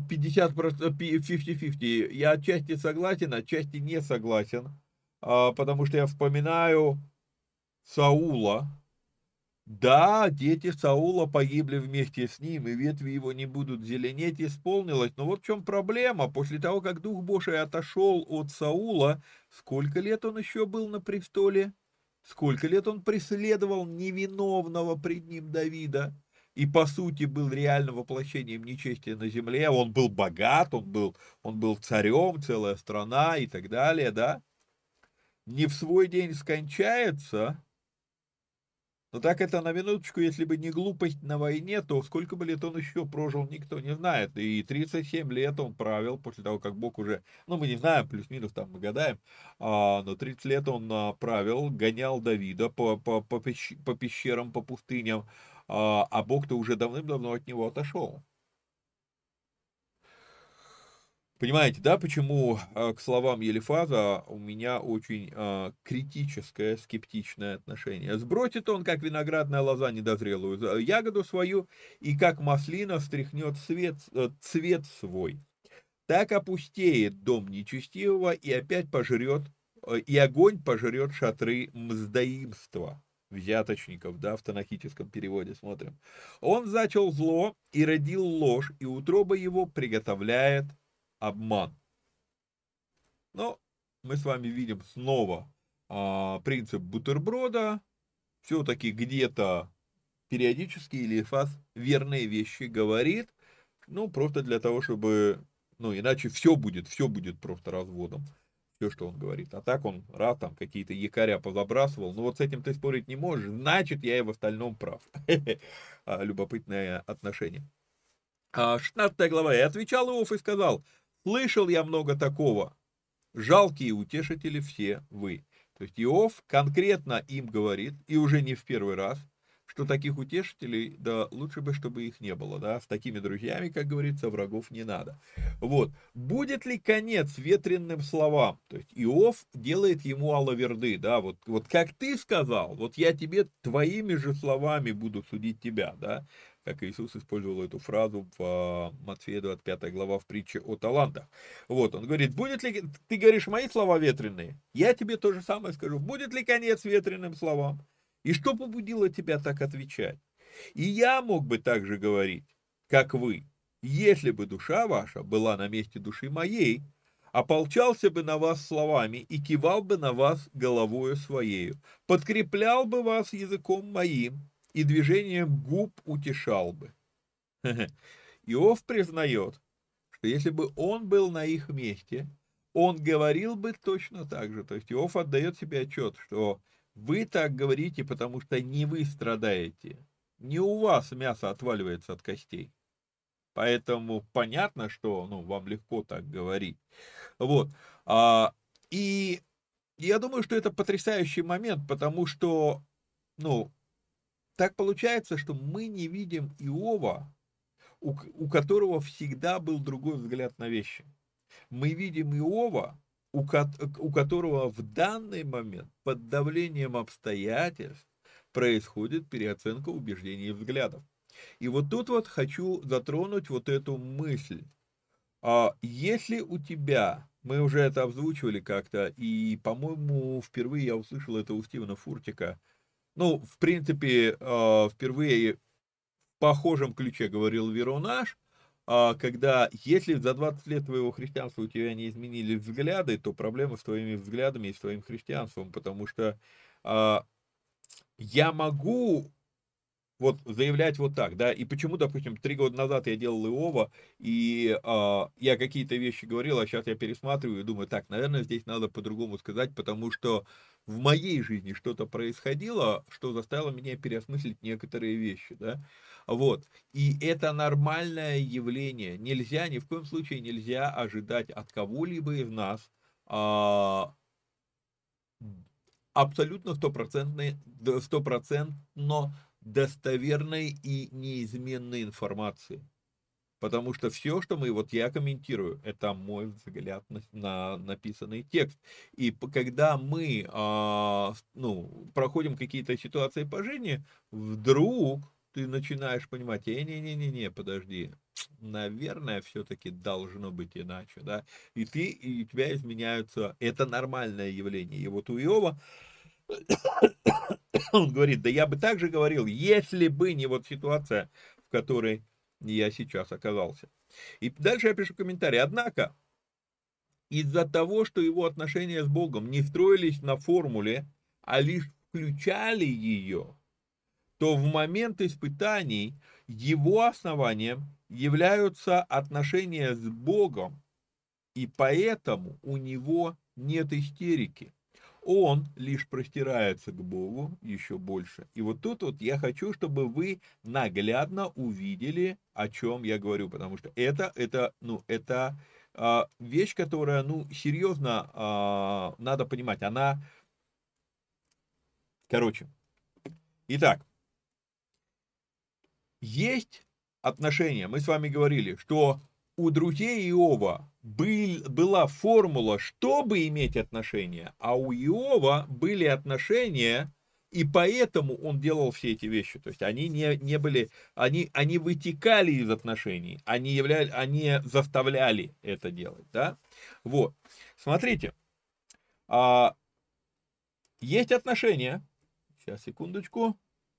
Speaker 2: 50%, я отчасти согласен, отчасти не согласен, потому что я вспоминаю Саула. Да, дети Саула погибли вместе с ним, и ветви его не будут зеленеть, исполнилось. Но вот в чем проблема. После того, как Дух Божий отошел от Саула, сколько лет он еще был на престоле? Сколько лет он преследовал невиновного пред ним Давида? И по сути был реальным воплощением нечестия на земле. Он был богат, он был царем, целая страна и так далее, да? Не в свой день скончается. Но так это на минуточку, если бы не глупость на войне, то сколько бы лет он еще прожил, никто не знает. И 37 лет он правил после того, как Бог уже, ну мы не знаем, плюс-минус там мы гадаем, но 30 лет он правил, гонял Давида по пещерам, по пустыням, а Бог-то уже давным-давно от него отошел. Понимаете, да, почему к словам Елифаза у меня очень критическое, скептичное отношение. Сбросит он, как виноградная лоза, недозрелую ягоду свою, и как маслина стряхнет цвет свой. Так опустеет дом нечестивого, и опять пожрет, и огонь пожрет шатры мздоимства. Взяточников, да, в танахическом переводе смотрим. Он зачал зло и родил ложь, и утроба его приготовляет обман. Но мы с вами видим снова принцип бутерброда. Все-таки где-то периодически Елифаз верные вещи говорит. Ну, просто для того, чтобы... Ну, иначе все будет просто разводом. Все, что он говорит. А так он там какие-то якоря позабрасывал. Ну, вот с этим ты спорить не можешь. Значит, я и в остальном прав. Любопытное отношение. 16 глава. И отвечал Иов и сказал: слышал я много такого. Жалкие утешители все вы. То есть Иов конкретно им говорит, и уже не в первый раз, что таких утешителей, да лучше бы, чтобы их не было, да, с такими друзьями, как говорится, врагов не надо. Вот. Будет ли конец ветренным словам? То есть Иов делает ему алаверды, да, вот как ты сказал, вот я тебе твоими же словами буду судить тебя, да, как Иисус использовал эту фразу в Матфея 25 глава в притче о талантах. Вот, он говорит, будет ли, ты говоришь, мои слова ветреные, я тебе то же самое скажу, будет ли конец ветреным словам? И что побудило тебя так отвечать? И я мог бы так же говорить, как вы, если бы душа ваша была на месте души моей, ополчался бы на вас словами и кивал бы на вас головою своею, подкреплял бы вас языком моим и движением губ утешал бы. Иов признает, что если бы он был на их месте, он говорил бы точно так же. То есть Иов отдает себе отчет, что вы так говорите, потому что не вы страдаете, не у вас мясо отваливается от костей. Поэтому понятно, что вам легко так говорить. Вот. И я думаю, что это потрясающий момент, потому что, так получается, что мы не видим Иова, у которого всегда был другой взгляд на вещи. Мы видим Иова, у которого в данный момент под давлением обстоятельств происходит переоценка убеждений и взглядов. И вот тут вот хочу затронуть вот эту мысль. Если у тебя, мы уже это озвучивали как-то, и, по-моему, впервые я услышал это у Стивена Фуртика, в принципе, впервые в похожем ключе говорил Веронаж, когда если за 20 лет твоего христианства у тебя не изменились взгляды, то проблема с твоими взглядами и с твоим христианством, потому что я могу заявлять вот так, да, и почему, допустим, 3 года назад я делал Иова, и я какие-то вещи говорил, а сейчас я пересматриваю и думаю, так, наверное, здесь надо по-другому сказать, потому что в моей жизни что-то происходило, что заставило меня переосмыслить некоторые вещи, да, вот, и это нормальное явление, нельзя, ни в коем случае нельзя ожидать от кого-либо из нас абсолютно стопроцентно достоверной и неизменной информации. Потому что все, что я комментирую, это мой взгляд на написанный текст. И когда мы, проходим какие-то ситуации по жизни, вдруг ты начинаешь понимать, не-не-не-не, подожди, наверное, все-таки должно быть иначе, да, и у тебя изменяются, это нормальное явление. И вот у Иова он говорит, да я бы так же говорил, если бы не ситуация, в которой я сейчас оказался. И дальше я пишу комментарий. Однако, из-за того, что его отношения с Богом не строились на формуле, а лишь включали ее, то в момент испытаний его основанием являются отношения с Богом, и поэтому у него нет истерики. Он лишь простирается к Богу еще больше. И вот тут я хочу, чтобы вы наглядно увидели, о чем я говорю, потому что это вещь, которая, серьезно надо понимать. Итак, есть отношения, мы с вами говорили, что у друзей Иова была формула, чтобы иметь отношения, а у Иова были отношения, и поэтому он делал все эти вещи. То есть они не были, они вытекали из отношений, они заставляли это делать, да? Вот, смотрите, есть отношения, сейчас, секундочку,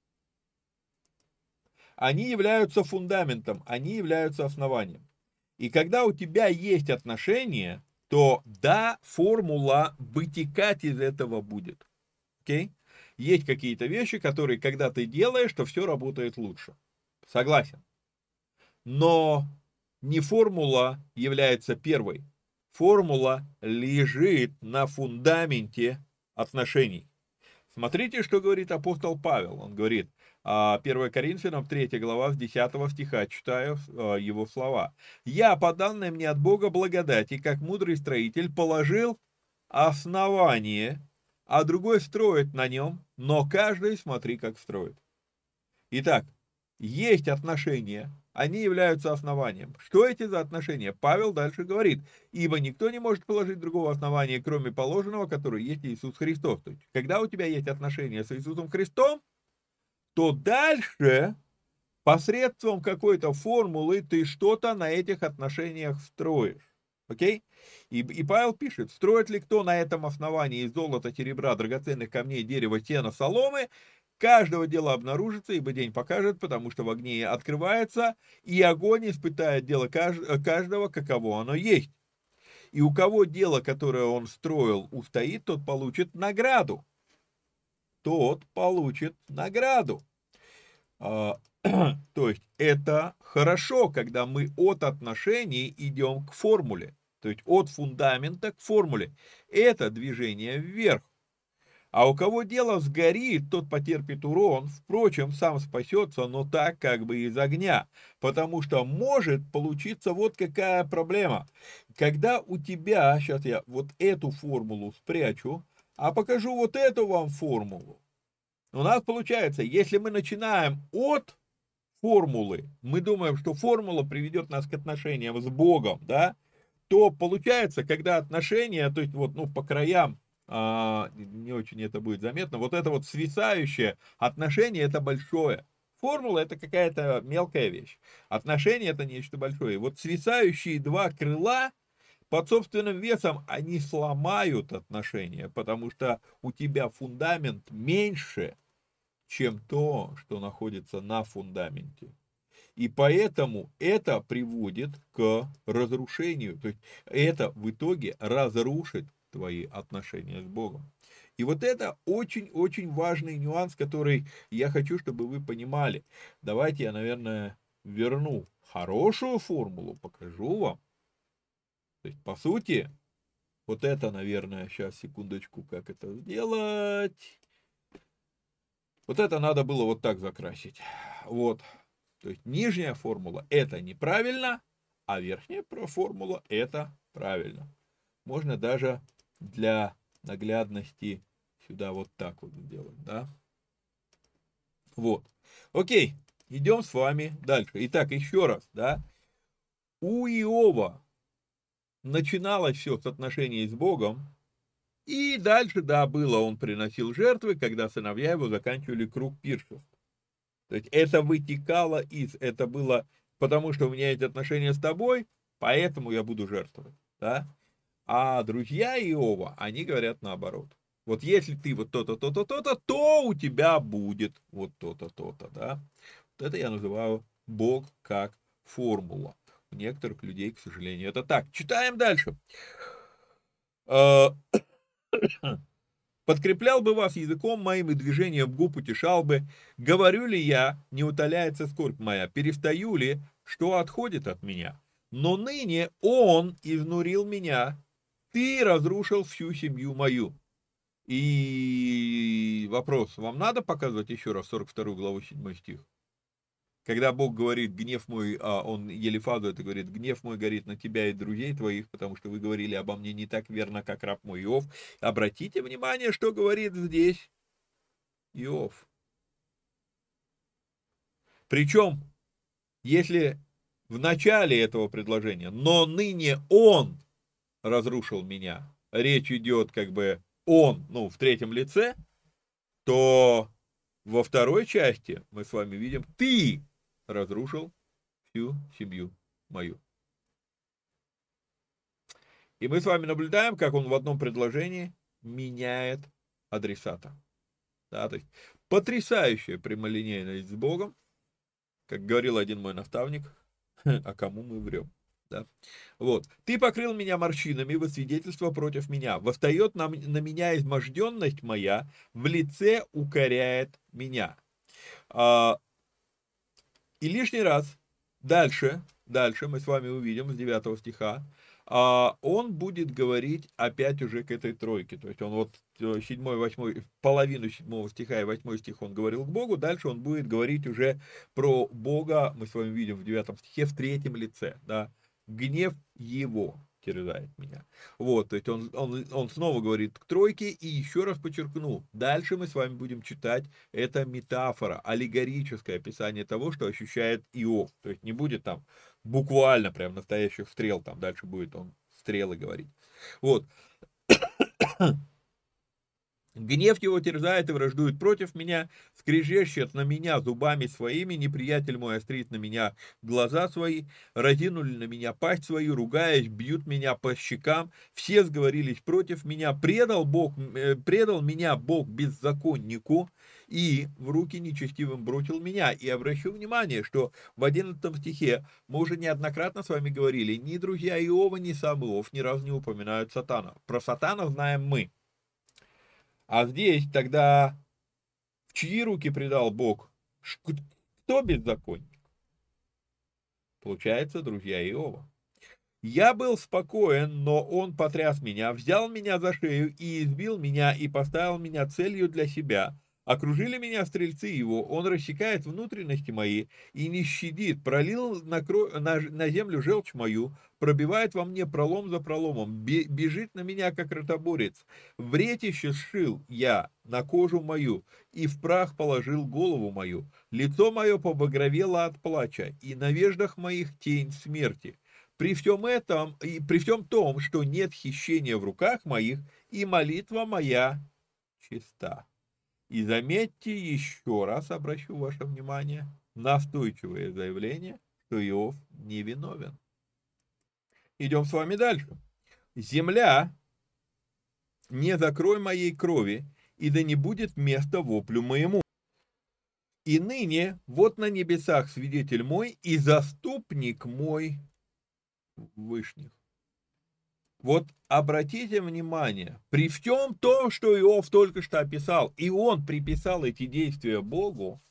Speaker 2: они являются фундаментом, они являются основанием. И когда у тебя есть отношения, то да, формула вытекать из этого будет. Окей? Есть какие-то вещи, которые, когда ты делаешь, то все работает лучше. Согласен. Но не формула является первой. Формула лежит на фундаменте отношений. Смотрите, что говорит апостол Павел. Он говорит, 1 Коринфянам 3 глава с 10 стиха, читаю его слова. «Я, по данной мне от Бога благодати, как мудрый строитель, положил основание, а другой строит на нем, но каждый смотри, как строит». Итак, есть отношения, они являются основанием. Что эти за отношения? Павел дальше говорит, ибо никто не может положить другого основания, кроме положенного, которое есть Иисус Христос. То есть, когда у тебя есть отношения с Иисусом Христом, то дальше посредством какой-то формулы ты что-то на этих отношениях строишь. Окей? И Павел пишет, строит ли кто на этом основании из золота, серебра, драгоценных камней, дерева, сена, соломы, каждого дела обнаружится, ибо день покажет, потому что в огне открывается, и огонь испытает дело каждого, каково оно есть. И у кого дело, которое он строил, устоит, тот получит награду. Тот получит награду. То есть это хорошо, когда мы от отношений идем к формуле. То есть от фундамента к формуле. Это движение вверх. А у кого дело сгорит, тот потерпит урон, впрочем, сам спасется, но так как бы из огня. Потому что может получиться вот какая проблема. Когда у тебя, сейчас я вот эту формулу спрячу, а покажу вот эту вам формулу. У нас получается, если мы начинаем от формулы, мы думаем, что формула приведет нас к отношениям с Богом, да, то получается, когда отношения, то есть вот, по краям, не очень это будет заметно, вот это вот свисающее отношение, это большое. Формула это какая-то мелкая вещь. Отношения это нечто большое. Вот свисающие два крыла под собственным весом, они сломают отношения, потому что у тебя фундамент меньше, чем то, что находится на фундаменте. И поэтому это приводит к разрушению. То есть это в итоге разрушит твои отношения с Богом. И вот это очень-очень важный нюанс, который я хочу, чтобы вы понимали. Давайте я, наверное, верну хорошую формулу, покажу вам. То есть, по сути, вот это, наверное, сейчас, секундочку, как это сделать. Вот это надо было вот так закрасить. Вот. То есть нижняя формула это неправильно, а верхняя формула это правильно. Можно даже для наглядности сюда вот так вот сделать, да. Вот. Окей, идем с вами дальше. Итак, еще раз, да. У Иова начиналось все с отношений с Богом, и дальше, да, было, он приносил жертвы, когда сыновья его заканчивали круг пиршеств. То есть это вытекало это было, потому что у меня есть отношения с тобой, поэтому я буду жертвовать, да? А друзья Иова, они говорят наоборот. Вот если ты вот то-то, то-то, то-то, то у тебя будет вот то-то, то-то, да? Вот это я называю Бог как формула. У некоторых людей, к сожалению, это так. Читаем дальше. Подкреплял бы вас языком моим и движением губ утешал бы. Говорю ли я, не утоляется скорбь моя, перестаю ли, что отходит от меня. Но ныне он изнурил меня, ты разрушил всю семью мою. И вопрос, вам надо показывать еще раз 42 главу 7 стих? Когда Бог говорит, гнев мой, он Елифазу это говорит, гнев мой горит на тебя и друзей твоих, потому что вы говорили обо мне не так верно, как раб мой Иов. Обратите внимание, что говорит здесь Иов. Причем, если в начале этого предложения, но ныне он разрушил меня, речь идет как бы он, в третьем лице, то во второй части мы с вами видим, ты разрушил всю семью мою. И мы с вами наблюдаем, как он в одном предложении меняет адресата. Да, то есть потрясающая прямолинейность с Богом, как говорил один мой наставник, а кому мы врем. Да? Вот. Ты покрыл меня морщинами во свидетельство против меня. Восстает на меня изможденность моя, в лице укоряет меня. И лишний раз, дальше мы с вами увидим с 9 стиха, он будет говорить опять уже к этой тройке. То есть он вот 7, 8, половину 7 стиха и 8 стих он говорил к Богу, дальше он будет говорить уже про Бога, мы с вами видим в 9 стихе, в третьем лице, да, гнев его терзает меня. Вот, то есть он снова говорит к тройке, и еще раз подчеркну, дальше мы с вами будем читать, это метафора, аллегорическое описание того, что ощущает Иов. То есть не будет там буквально прям настоящих стрел, там дальше будет он стрелы говорить. Вот. Гнев его терзает и враждует против меня, скрежещет на меня зубами своими, неприятель мой острит на меня глаза свои, разинули на меня пасть свою, ругаясь, бьют меня по щекам, все сговорились против меня, предал меня Бог беззаконнику, и в руки нечестивым бросил меня. И обращу внимание, что в 11 стихе мы уже неоднократно с вами говорили, ни друзья Иова, ни сам Иов ни разу не упоминают сатана. Про сатана знаем мы. А здесь тогда в чьи руки предал Бог? Кто беззаконник? Получается, друзья Иова. Я был спокоен, но он потряс меня, взял меня за шею и избил меня, и поставил меня целью для себя. Окружили меня стрельцы его, он рассекает внутренности мои и не щадит, пролил на землю желчь мою, пробивает во мне пролом за проломом, бежит на меня, как ротоборец. В ретище сшил я на кожу мою, и в прах положил голову мою. Лицо мое побагровело от плача, и на веждах моих тень смерти. При всем этом, и при всем том, что нет хищения в руках моих, и молитва моя чиста. И заметьте, еще раз обращу ваше внимание, настойчивое заявление, что Иов невиновен. Идем с вами дальше. Земля, не закрой моей крови, и да не будет места воплю моему. И ныне, вот на небесах свидетель мой и заступник мой вышних. Вот обратите внимание, при всем том, что Иов только что описал, и он приписал эти действия Богу,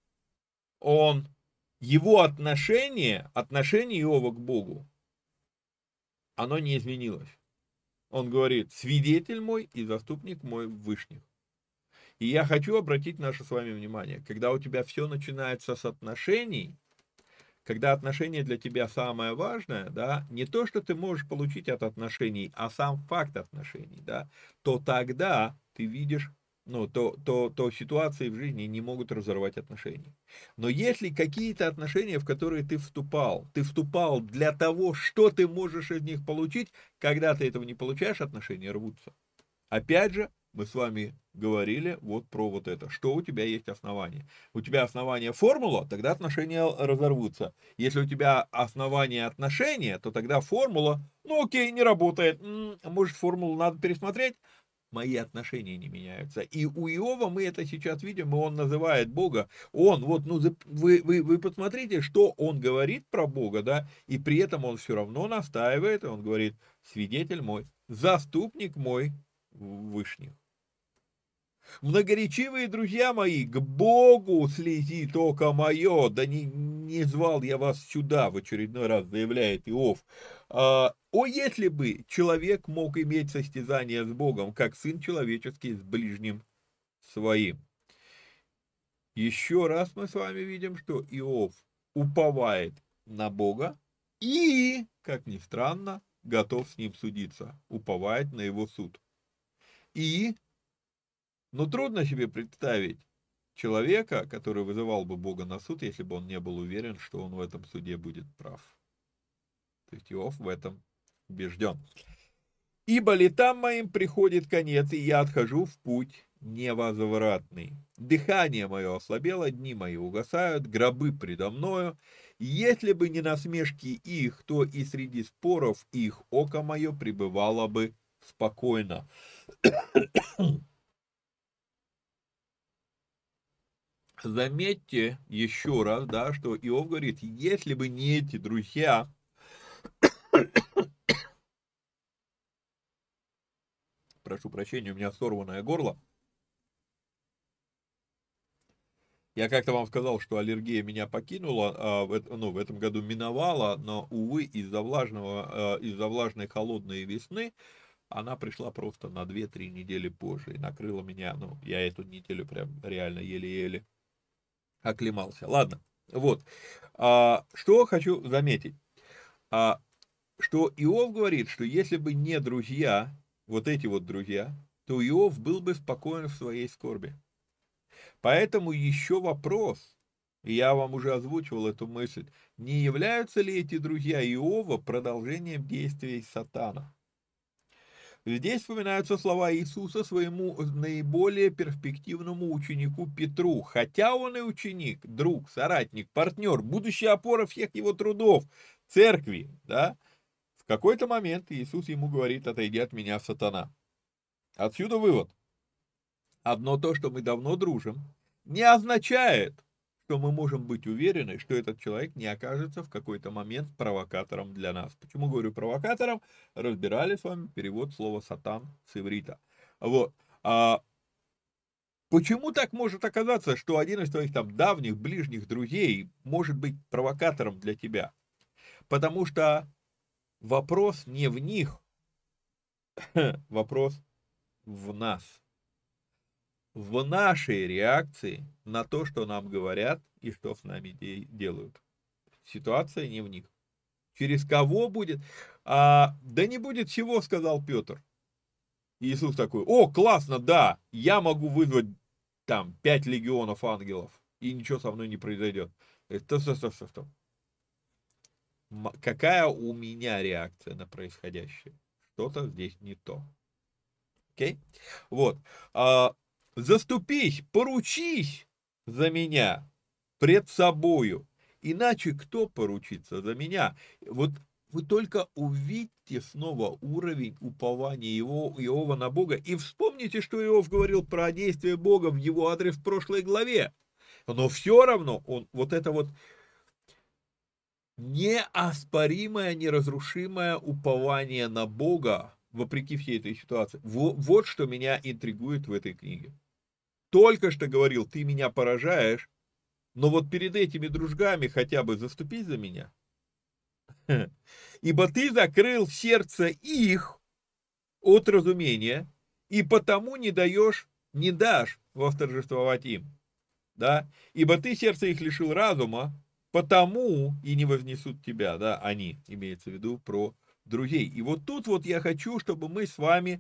Speaker 2: его отношение Иова к Богу, оно не изменилось. Он говорит, свидетель мой и заступник мой в вышних. И я хочу обратить наше с вами внимание, когда у тебя все начинается с отношений, когда отношения для тебя самое важное, да, не то, что ты можешь получить от отношений, а сам факт отношений, да, то тогда ты видишь, то ситуации в жизни не могут разорвать отношения. Но если какие-то отношения, в которые ты вступал для того, что ты можешь из них получить, когда ты этого не получаешь, отношения рвутся. Опять же, мы с вами говорили вот про вот это, что у тебя есть основание. У тебя основание формула, тогда отношения разорвутся. Если у тебя основание отношения, то тогда формула, окей, не работает. Может, формулу надо пересмотреть? Мои отношения не меняются. И у Иова мы это сейчас видим, и он называет Бога. Вы посмотрите, что он говорит про Бога, да, и при этом он все равно настаивает, и он говорит, свидетель мой, заступник мой вышних. Многоречивые друзья мои, к Богу слезит око мое, да не звал я вас сюда, в очередной раз заявляет Иов. О, если бы человек мог иметь состязание с Богом, как сын человеческий с ближним своим. Еще раз мы с вами видим, что Иов уповает на Бога и, как ни странно, готов с ним судиться, уповает на его суд. Трудно себе представить человека, который вызывал бы Бога на суд, если бы он не был уверен, что он в этом суде будет прав. То есть Иов в этом убежден. «Ибо летам моим приходит конец, и я отхожу в путь невозвратный. Дыхание мое ослабело, дни мои угасают, гробы предо мною. Если бы не насмешки их, то и среди споров их око мое пребывало бы спокойно». Заметьте еще раз, да, что Иов говорит, если бы не эти друзья, прошу прощения, у меня сорванное горло. Я как-то вам сказал, что аллергия меня покинула, в этом году миновала, но, увы, из-за влажной холодной весны она пришла просто на 2-3 недели позже и накрыла меня, я эту неделю прям реально еле-еле оклемался. Ладно, вот. Что хочу заметить. Что Иов говорит, что если бы не друзья, вот эти вот друзья, то Иов был бы спокоен в своей скорби. Поэтому еще вопрос, и я вам уже озвучивал эту мысль, не являются ли эти друзья Иова продолжением действий сатана? Здесь вспоминаются слова Иисуса своему наиболее перспективному ученику Петру. Хотя он и ученик, друг, соратник, партнер, будущая опора всех его трудов, церкви, да, в какой-то момент Иисус ему говорит: отойди от меня, сатана. Отсюда вывод. Одно то, что мы давно дружим, не означает, что мы можем быть уверены, что этот человек не окажется в какой-то момент провокатором для нас. Почему говорю провокатором? Разбирали с вами перевод слова «сатан» с иврита. Вот. Почему так может оказаться, что один из твоих там давних, ближних друзей может быть провокатором для тебя? Потому что вопрос не в них, вопрос в нас. В нашей реакции на то, что нам говорят и что с нами делают. Ситуация не в них. Через кого будет? Да не будет всего, сказал Петр. Иисус такой: о, классно, да, я могу вызвать там 5 легионов ангелов, и ничего со мной не произойдет. Стоп. Какая у меня реакция на происходящее? Что-то здесь не то. Окей? Вот. Заступись, поручись за меня пред собою, иначе кто поручится за меня? Вот вы только увидите снова уровень упования Иова на Бога и вспомните, что Иов говорил про действие Бога в его адрес в прошлой главе. Но все равно он вот это вот неоспоримое, неразрушимое упование на Бога, вопреки всей этой ситуации, вот что меня интригует в этой книге. Только что говорил: ты меня поражаешь, но вот перед этими дружками хотя бы заступись за меня. Ибо ты закрыл сердце их от разумения, и потому не дашь восторжествовать им. Да? Ибо ты сердце их лишил разума, потому и не вознесут тебя, да, они, имеется в виду про друзей. И вот тут вот я хочу, чтобы мы с вами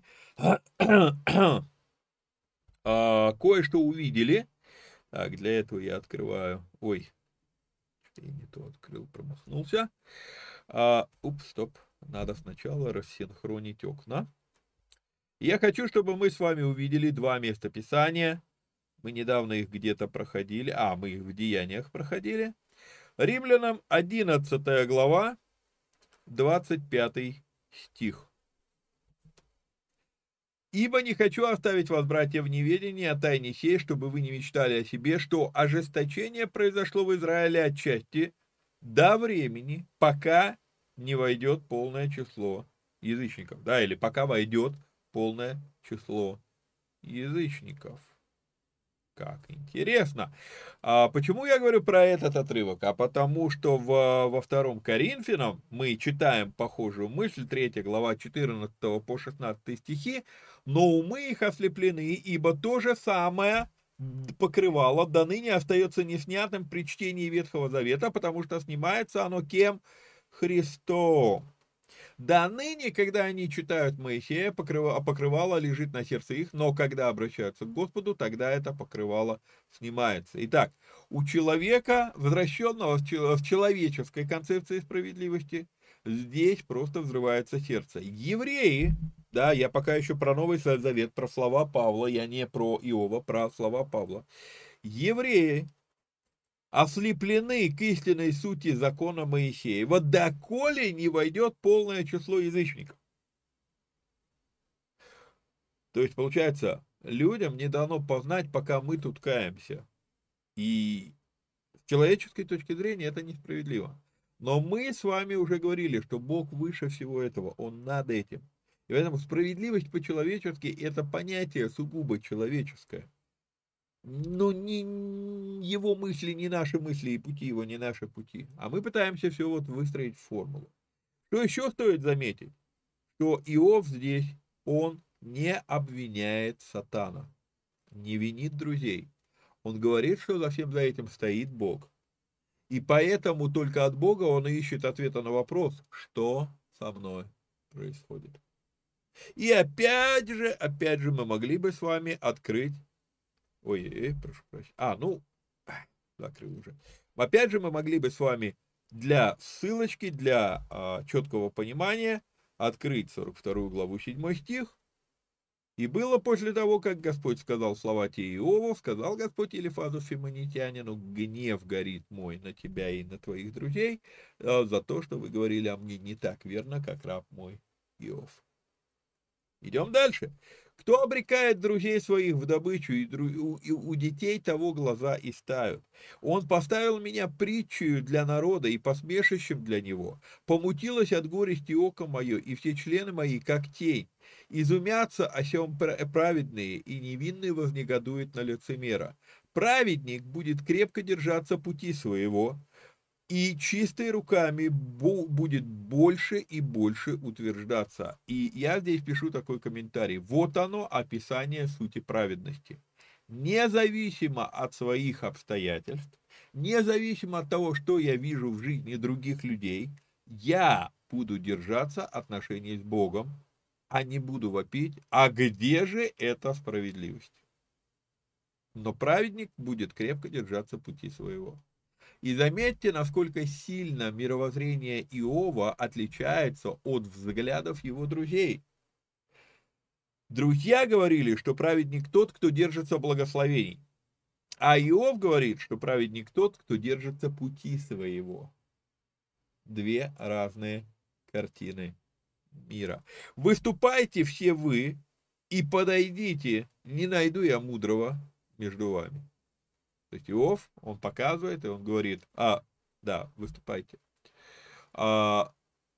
Speaker 2: кое-что увидели. Так, для этого я открываю. Ой, я не то открыл, промахнулся. Стоп. Надо сначала рассинхронить окна. Я хочу, чтобы мы с вами увидели два местописания. Мы недавно их где-то проходили. Мы их в Деяниях проходили. Римлянам 11 глава, 25 стих. «Ибо не хочу оставить вас, братья, в неведении о тайне сей, чтобы вы не мечтали о себе, что ожесточение произошло в Израиле отчасти до времени, пока не войдет полное число язычников». Да, или пока войдет полное число язычников. Как интересно. Почему я говорю про этот отрывок? Потому что во 2 Коринфянам мы читаем похожую мысль, 3 глава 14 по 16 стихи, но умы их ослеплены, ибо то же самое покрывало до ныне остается неснятым при чтении Ветхого Завета, потому что снимается оно кем? Христом. До ныне, когда они читают Моисея, покрывало лежит на сердце их, но когда обращаются к Господу, тогда это покрывало снимается. Итак, у человека, возвращенного в человеческой концепции справедливости, здесь просто взрывается сердце. Евреи, да, я пока еще про Новый Завет, про слова Павла, я не про Иова, про слова Павла. Евреи ослеплены к истинной сути закона Моисеева, доколе не войдет полное число язычников. То есть, получается, людям не дано познать, пока мы тут каемся. И с человеческой точки зрения это несправедливо. Но мы с вами уже говорили, что Бог выше всего этого, Он над этим. И поэтому справедливость по-человечески – это понятие сугубо человеческое. Но не его мысли, не наши мысли, и пути его, не наши пути. А мы пытаемся все вот выстроить в формулу. Что еще стоит заметить? Что Иов здесь, он не обвиняет сатана, не винит друзей. Он говорит, что за всем за этим стоит Бог. И поэтому только от Бога он ищет ответа на вопрос, что со мной происходит. И опять же мы могли бы с вами открыть. Прошу прощения. Закрыл уже. Опять же, мы могли бы с вами для ссылочки, для четкого понимания открыть 42 главу 7 стих. «И было после того, как Господь сказал слова те Иову, сказал Господь Илифазу Фимонитянину: гнев горит мой на тебя и на твоих друзей за то, что вы говорили о мне не так верно, как раб мой Иов». Идем дальше. «Кто обрекает друзей своих в добычу, и у детей того глаза истают? Он поставил меня притчею для народа и посмешищем для него. Помутилось от горести око мое, и все члены мои, как тень. Изумятся о сем праведные, и невинный вознегодует на лицемера. Праведник будет крепко держаться пути своего, и чистой руками будет больше и больше утверждаться». И я здесь пишу такой комментарий. Вот оно, описание сути праведности. Независимо от своих обстоятельств, независимо от того, что я вижу в жизни других людей, я буду держаться отношений с Богом, а не буду вопить: а где же эта справедливость? Но праведник будет крепко держаться пути своего. И заметьте, насколько сильно мировоззрение Иова отличается от взглядов его друзей. Друзья говорили, что праведник тот, кто держится благословений. А Иов говорит, что праведник тот, кто держится пути своего. Две разные картины мира. «Выступайте все вы и подойдите, не найду я мудрого между вами». То есть Иов, он показывает, и он говорит: да, выступайте. Иов,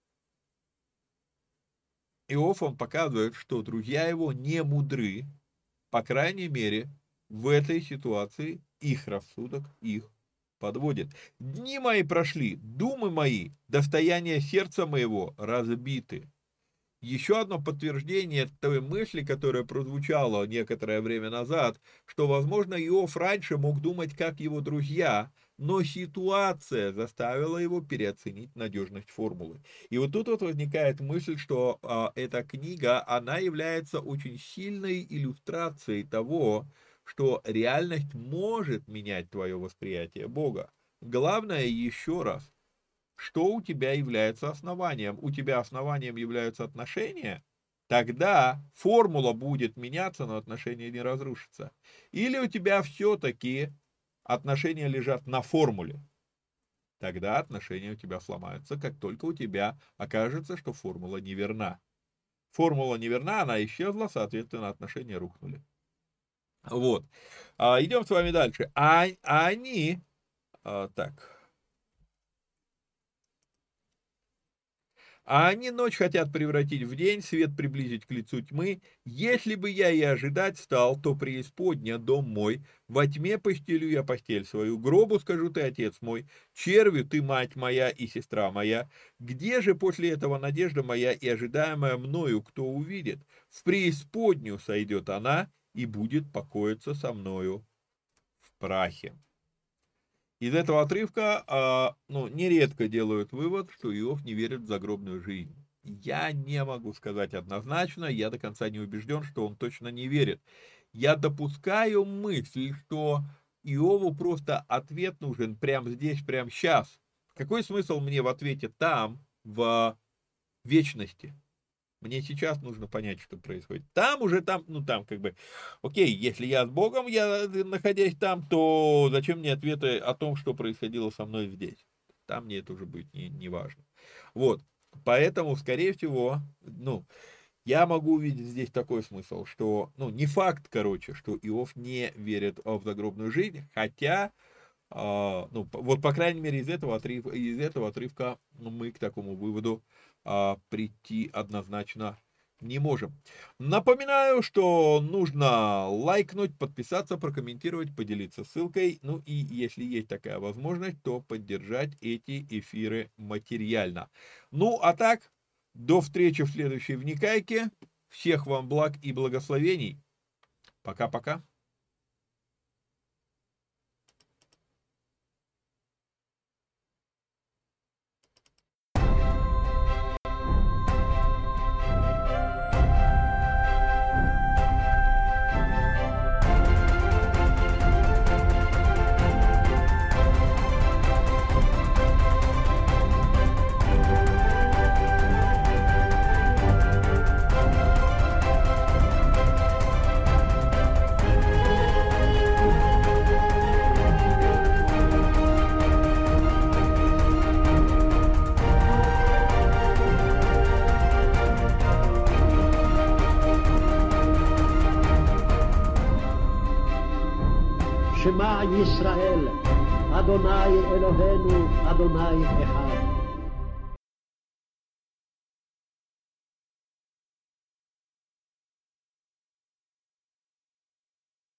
Speaker 2: он показывает, что друзья его не мудры, по крайней мере, в этой ситуации их рассудок их подводит. «Дни мои прошли, думы мои, достояние сердца моего разбиты». Еще одно подтверждение той мысли, которая прозвучала некоторое время назад, что, возможно, Иов раньше мог думать, как его друзья, но ситуация заставила его переоценить надежность формулы. И вот тут вот возникает мысль, что эта книга, она является очень сильной иллюстрацией того, что реальность может менять твое восприятие Бога. Главное, еще раз, что у тебя является основанием? У тебя основанием являются отношения? Тогда формула будет меняться, но отношения не разрушатся. Или у тебя все-таки отношения лежат на формуле? Тогда отношения у тебя сломаются, как только у тебя окажется, что формула неверна. Формула неверна, она исчезла, соответственно, отношения рухнули. Вот. Идем с вами дальше. А они ночь хотят превратить в день, свет приблизить к лицу тьмы. Если бы я и ожидать стал, то преисподня дом мой. Во тьме постелю я постель свою, гробу скажу: ты отец мой, червю ты мать моя и сестра моя. Где же после этого надежда моя и ожидаемая мною, кто увидит? В преисподнюю сойдет она и будет покоиться со мною в прахе. Из этого отрывка, нередко делают вывод, что Иов не верит в загробную жизнь. Я не могу сказать однозначно, я до конца не убежден, что он точно не верит. Я допускаю мысль, что Иову просто ответ нужен прямо здесь, прямо сейчас. Какой смысл мне в ответе там, в вечности? Мне сейчас нужно понять, что происходит. Там окей, если я с Богом, я находясь там, то зачем мне ответы о том, что происходило со мной здесь? Там мне это уже будет не важно. Вот, поэтому, скорее всего, я могу увидеть здесь такой смысл, что, не факт, что Иов не верит в загробную жизнь, хотя, вот, по крайней мере, из этого отрывка мы к такому выводу прийти однозначно не можем. Напоминаю, что нужно лайкнуть, подписаться, прокомментировать, поделиться ссылкой. И если есть такая возможность, то поддержать эти эфиры материально. А так, до встречи в следующей вникайке. Всех вам благ и благословений. Пока-пока.
Speaker 3: ישראל, אדוני אלוהינו, אדוני אחד.